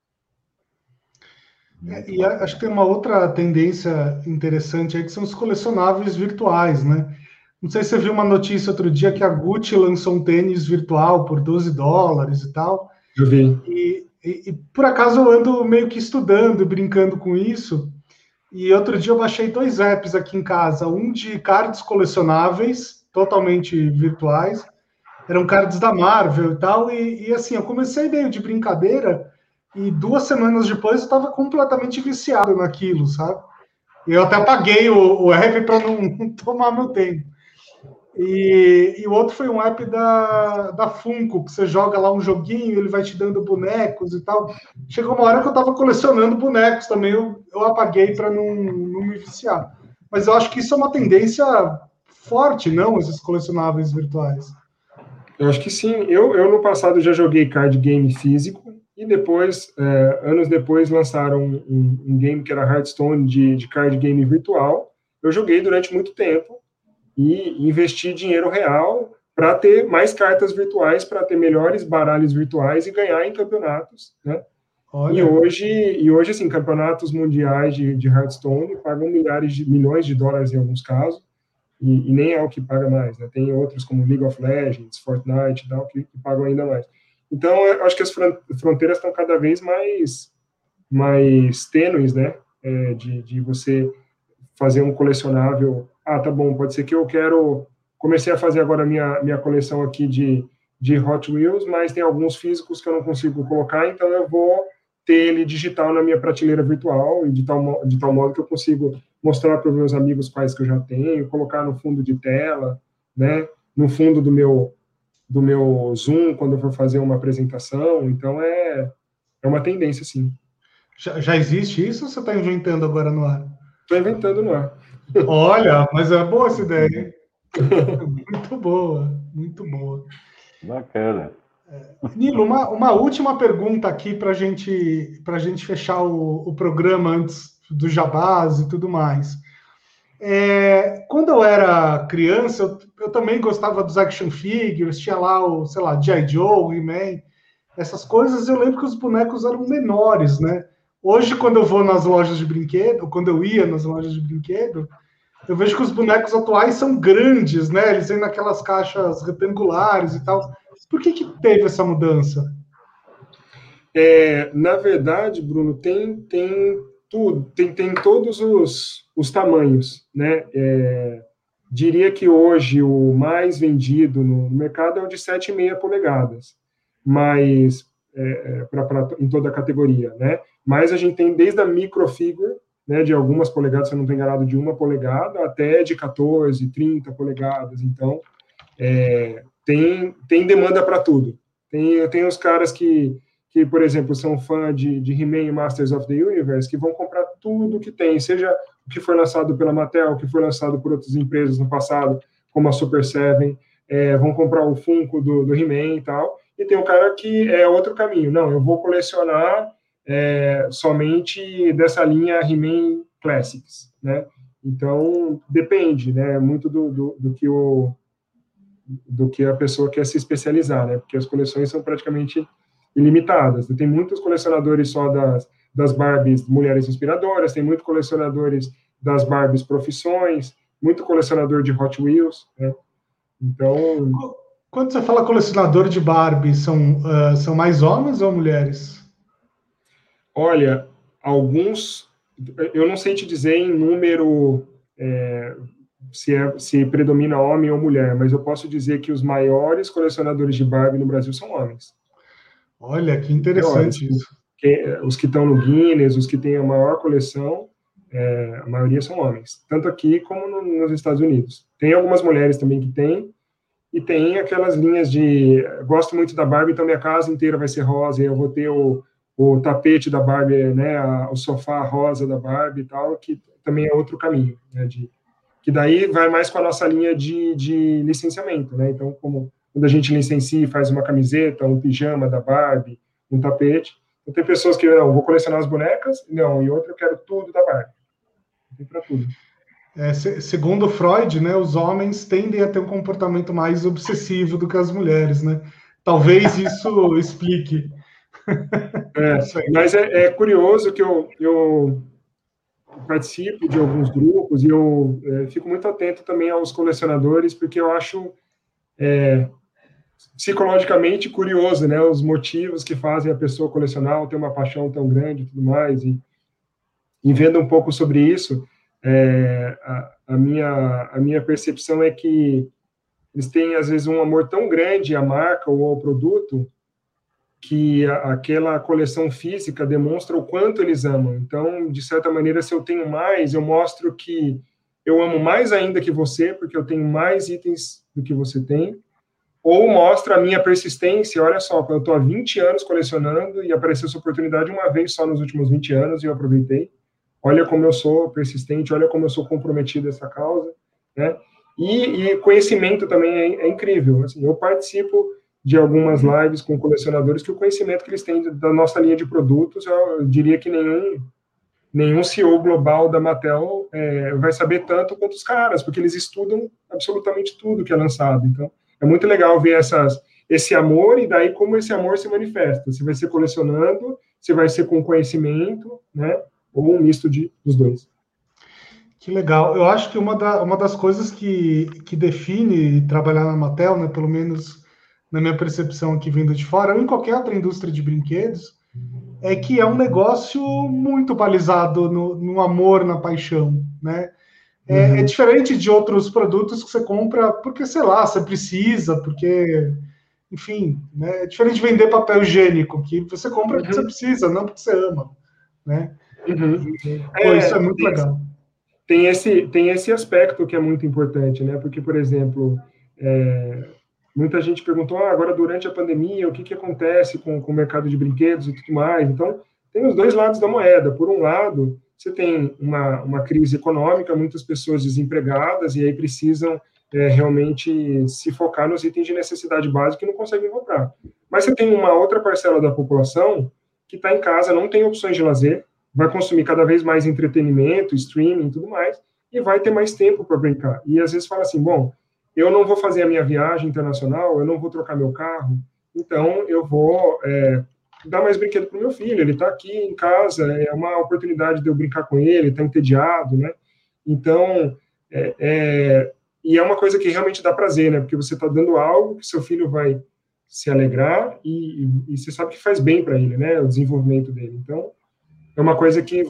E acho que tem uma outra tendência interessante aí, que são os colecionáveis virtuais, né? Não sei se você viu uma notícia outro dia que a Gucci lançou um tênis virtual por $12 e tal. Eu vi. E por acaso eu ando meio que estudando e brincando com isso. E outro dia eu baixei 2 apps aqui em casa, um de cards colecionáveis, totalmente virtuais, eram cards da Marvel e tal, e assim, eu comecei meio de brincadeira, e 2 semanas depois eu estava completamente viciado naquilo, sabe? Eu até apaguei o app para não tomar meu tempo. E o outro foi um app da Funko, que você joga lá um joguinho, ele vai te dando bonecos e tal. Chegou uma hora que eu estava colecionando bonecos também, eu apaguei para não me viciar. mas eu acho que isso é uma tendência forte, não? Esses colecionáveis virtuais. Eu acho que sim. Eu no passado já joguei card game físico e depois, anos depois, lançaram um game que era Hearthstone de card game virtual. Eu joguei durante muito tempo e investi dinheiro real para ter mais cartas virtuais, para ter melhores baralhos virtuais e ganhar em campeonatos, né? Olha. E hoje, assim, campeonatos mundiais de Hearthstone pagam milhões de dólares em alguns casos, e nem é o que paga mais, né? Tem outros como League of Legends, Fortnite e tal, que pagam ainda mais. Então, eu acho que as fronteiras estão cada vez mais tênues, né? De você fazer um colecionável. Ah, tá bom, pode ser que eu comecei a fazer agora minha coleção aqui de Hot Wheels, mas tem alguns físicos que eu não consigo colocar, então eu vou ter ele digital na minha prateleira virtual, e de tal modo que eu consigo mostrar para os meus amigos quais que eu já tenho, colocar no fundo de tela, né, no fundo do meu Zoom, quando eu for fazer uma apresentação. Então, é uma tendência, sim. Já existe isso ou você está inventando agora no ar? Estou inventando no ar. Olha, mas é boa essa ideia, hein? Muito boa, muito boa. Bacana. Nilo, uma última pergunta aqui para gente fechar o programa antes do Jabás e tudo mais. Quando eu era criança, eu também gostava dos action figures, tinha lá o, sei lá, G.I. Joe, He-Man, essas coisas. Eu lembro que os bonecos eram menores, né? Hoje, quando eu vou nas lojas de brinquedo, ou quando eu ia nas lojas de brinquedo, eu vejo que os bonecos atuais são grandes, né? Eles vêm naquelas caixas retangulares e tal. Por que teve essa mudança? Na verdade, Bruno, tem tudo, tem todos os tamanhos, né? Diria que hoje o mais vendido no mercado é o de 7,5 polegadas, mas em toda a categoria, né? Mas a gente tem desde a microfigure, né, de algumas polegadas, se eu não estou enganado, de 1 polegada, até de 14, 30 polegadas. Então, tem demanda para tudo. Tem os caras que, por exemplo, são fã de He-Man e Masters of the Universe, que vão comprar tudo que tem, seja o que foi lançado pela Mattel, o que foi lançado por outras empresas no passado, como a Super Seven, vão comprar o Funko do He-Man e tal. E tem um cara que é outro caminho. Não, eu vou colecionar somente dessa linha He-Man Classics, né? Então, depende, né? Muito do que a pessoa quer se especializar, né? Porque as coleções são praticamente ilimitadas. Tem muitos colecionadores só das Barbies mulheres inspiradoras, tem muitos colecionadores das Barbies profissões, muito colecionador de Hot Wheels, né? Então... Quando você fala colecionador de Barbie, são mais homens ou mulheres? Olha, alguns... Eu não sei te dizer em número... se predomina homem ou mulher, mas eu posso dizer que os maiores colecionadores de Barbie no Brasil são homens. Olha, que interessante isso. Os que estão no Guinness, os que têm a maior coleção, a maioria são homens, tanto aqui como nos Estados Unidos. Tem algumas mulheres também que têm, e tem aquelas linhas de... Gosto muito da Barbie, então minha casa inteira vai ser rosa, e eu vou ter o tapete da Barbie, né, o sofá rosa da Barbie e tal, que também é outro caminho, né, que daí vai mais com a nossa linha de licenciamento, né? Então, quando a gente licencia e faz uma camiseta, um pijama da Barbie, um tapete, então tem pessoas que, não, vou colecionar as bonecas, não, e outra eu quero tudo da Barbie. Tem para tudo. Segundo Freud, né, os homens tendem a ter um comportamento mais obsessivo do que as mulheres, né? Talvez isso explique. Mas é curioso que eu participo de alguns grupos e eu fico muito atento também aos colecionadores, porque eu acho psicologicamente curioso, né, os motivos que fazem a pessoa colecionar ou ter uma paixão tão grande e tudo mais, e vendo um pouco sobre isso, a minha percepção é que eles têm, às vezes, um amor tão grande à marca ou ao produto, que aquela coleção física demonstra o quanto eles amam. Então, de certa maneira, se eu tenho mais, eu mostro que eu amo mais ainda que você, porque eu tenho mais itens do que você tem, ou mostra a minha persistência. Olha só, eu estou há 20 anos colecionando e apareceu essa oportunidade uma vez só nos últimos 20 anos e eu aproveitei. olha como eu sou persistente, olha como eu sou comprometido a essa causa, né? E conhecimento também é incrível. Assim, eu participo de algumas lives com colecionadores que o conhecimento que eles têm da nossa linha de produtos, eu diria que nenhum CEO global da Mattel vai saber tanto quanto os caras, porque eles estudam absolutamente tudo que é lançado. Então, é muito legal ver esse amor, e daí como esse amor se manifesta. Se vai ser colecionando, se vai ser com conhecimento, né? Ou um misto dos dois. Que legal. Eu acho que uma das coisas que define trabalhar na Mattel, né, pelo menos na minha percepção aqui vindo de fora, ou em qualquer outra indústria de brinquedos, é que é um negócio muito balizado no amor, na paixão, né? É diferente de outros produtos que você compra porque, sei lá, você precisa, porque, enfim, né? É diferente de vender papel higiênico, que você compra porque você precisa, não porque você ama, né? Pô, isso é muito legal. Tem esse aspecto que é muito importante, né? Porque, por exemplo, muita gente perguntou, agora durante a pandemia, o que acontece com o mercado de brinquedos e tudo mais. Então, tem os dois lados da moeda. Por um lado, você tem uma crise econômica, muitas pessoas desempregadas, e aí precisam realmente se focar nos itens de necessidade básica e não conseguem comprar. Mas você tem uma outra parcela da população que está em casa, não tem opções de lazer, vai consumir cada vez mais entretenimento, streaming e tudo mais, e vai ter mais tempo para brincar. E às vezes fala assim, bom, eu não vou fazer a minha viagem internacional, eu não vou trocar meu carro, então eu vou dar mais brinquedo para o meu filho, ele está aqui em casa, é uma oportunidade de eu brincar com ele, está entediado, né? Então, e é uma coisa que realmente dá prazer, né? Porque você está dando algo que seu filho vai se alegrar e você sabe que faz bem para ele, né? O desenvolvimento dele. Então, é uma coisa que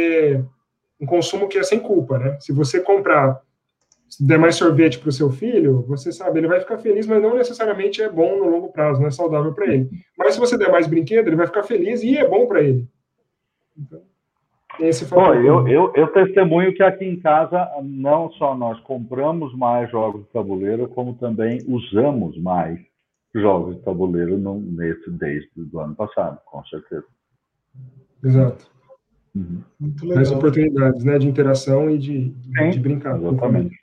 um consumo que é sem culpa, né? Se você comprar, se der mais sorvete para o seu filho, você sabe, ele vai ficar feliz, mas não necessariamente é bom no longo prazo, não é saudável para ele. Mas se você der mais brinquedo, ele vai ficar feliz e é bom para ele. Então, esse fator. Eu testemunho que aqui em casa, não só nós compramos mais jogos de tabuleiro, como também usamos mais jogos de tabuleiro desde o ano passado, com certeza. Exato. Muito legal. Mais oportunidades, né, de interação e de brincar. Exatamente.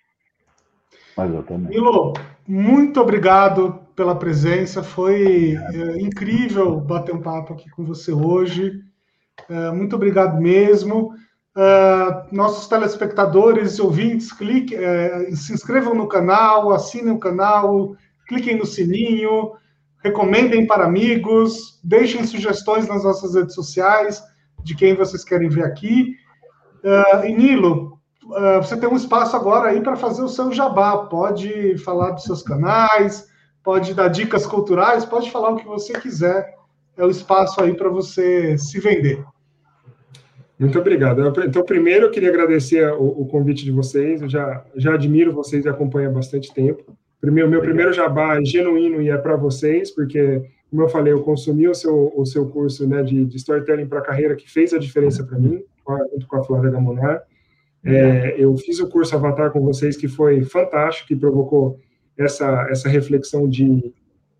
Nilo, muito obrigado pela presença. Foi incrível bater um papo aqui com você hoje. Muito obrigado mesmo. Nossos telespectadores e ouvintes, se inscrevam no canal, assinem o canal, cliquem no sininho, recomendem para amigos, deixem sugestões nas nossas redes sociais de quem vocês querem ver aqui. E Nilo, você tem um espaço agora aí para fazer o seu jabá. Pode falar dos seus canais, pode dar dicas culturais, pode falar o que você quiser. É o espaço aí para você se vender. Muito obrigado. Então, primeiro, eu queria agradecer o convite de vocês. Eu já admiro vocês e acompanho há bastante tempo. Meu primeiro jabá é genuíno e é para vocês, porque, como eu falei, eu consumi o seu curso, né, de storytelling para a carreira, que fez a diferença para mim, junto com a Flávia Gamonar. Eu fiz o curso Avatar com vocês, que foi fantástico, que provocou essa reflexão de...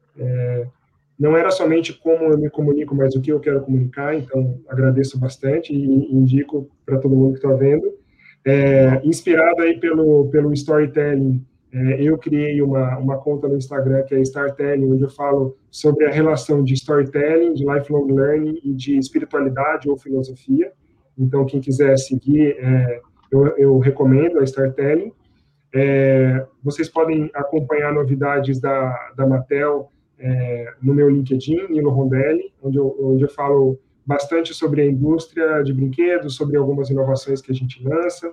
não era somente como eu me comunico, mas o que eu quero comunicar, então agradeço bastante e indico para todo mundo que está vendo. Inspirado aí pelo storytelling, eu criei uma conta no Instagram que é Startelling, onde eu falo sobre a relação de storytelling, de lifelong learning e de espiritualidade ou filosofia. Então, quem quiser seguir, eu recomendo a Startelling. Vocês podem acompanhar novidades da Mattel no meu LinkedIn, Nilo Rondelli, onde eu falo bastante sobre a indústria de brinquedos, sobre algumas inovações que a gente lança.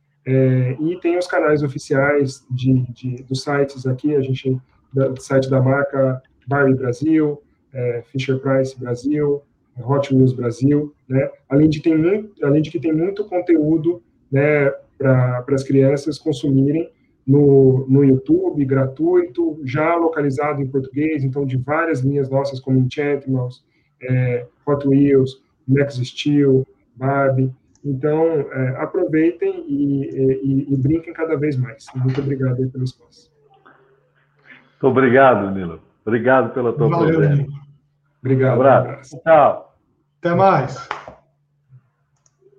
E tem os canais oficiais dos sites aqui, do site da marca Barbie Brasil, Fisher-Price Brasil, Hot Wheels Brasil, né? Além de que tem muito conteúdo, né, para as crianças consumirem no YouTube, gratuito, já localizado em português, então de várias linhas nossas, como Enchantimals, Hot Wheels, Max Steel, Barbie. Então, aproveitem e brinquem cada vez mais. Muito obrigado aí pelo espaço. Muito obrigado, Nilo. Obrigado pela tua presença. Nilo. Obrigado. Um abraço. Tchau. Até mais.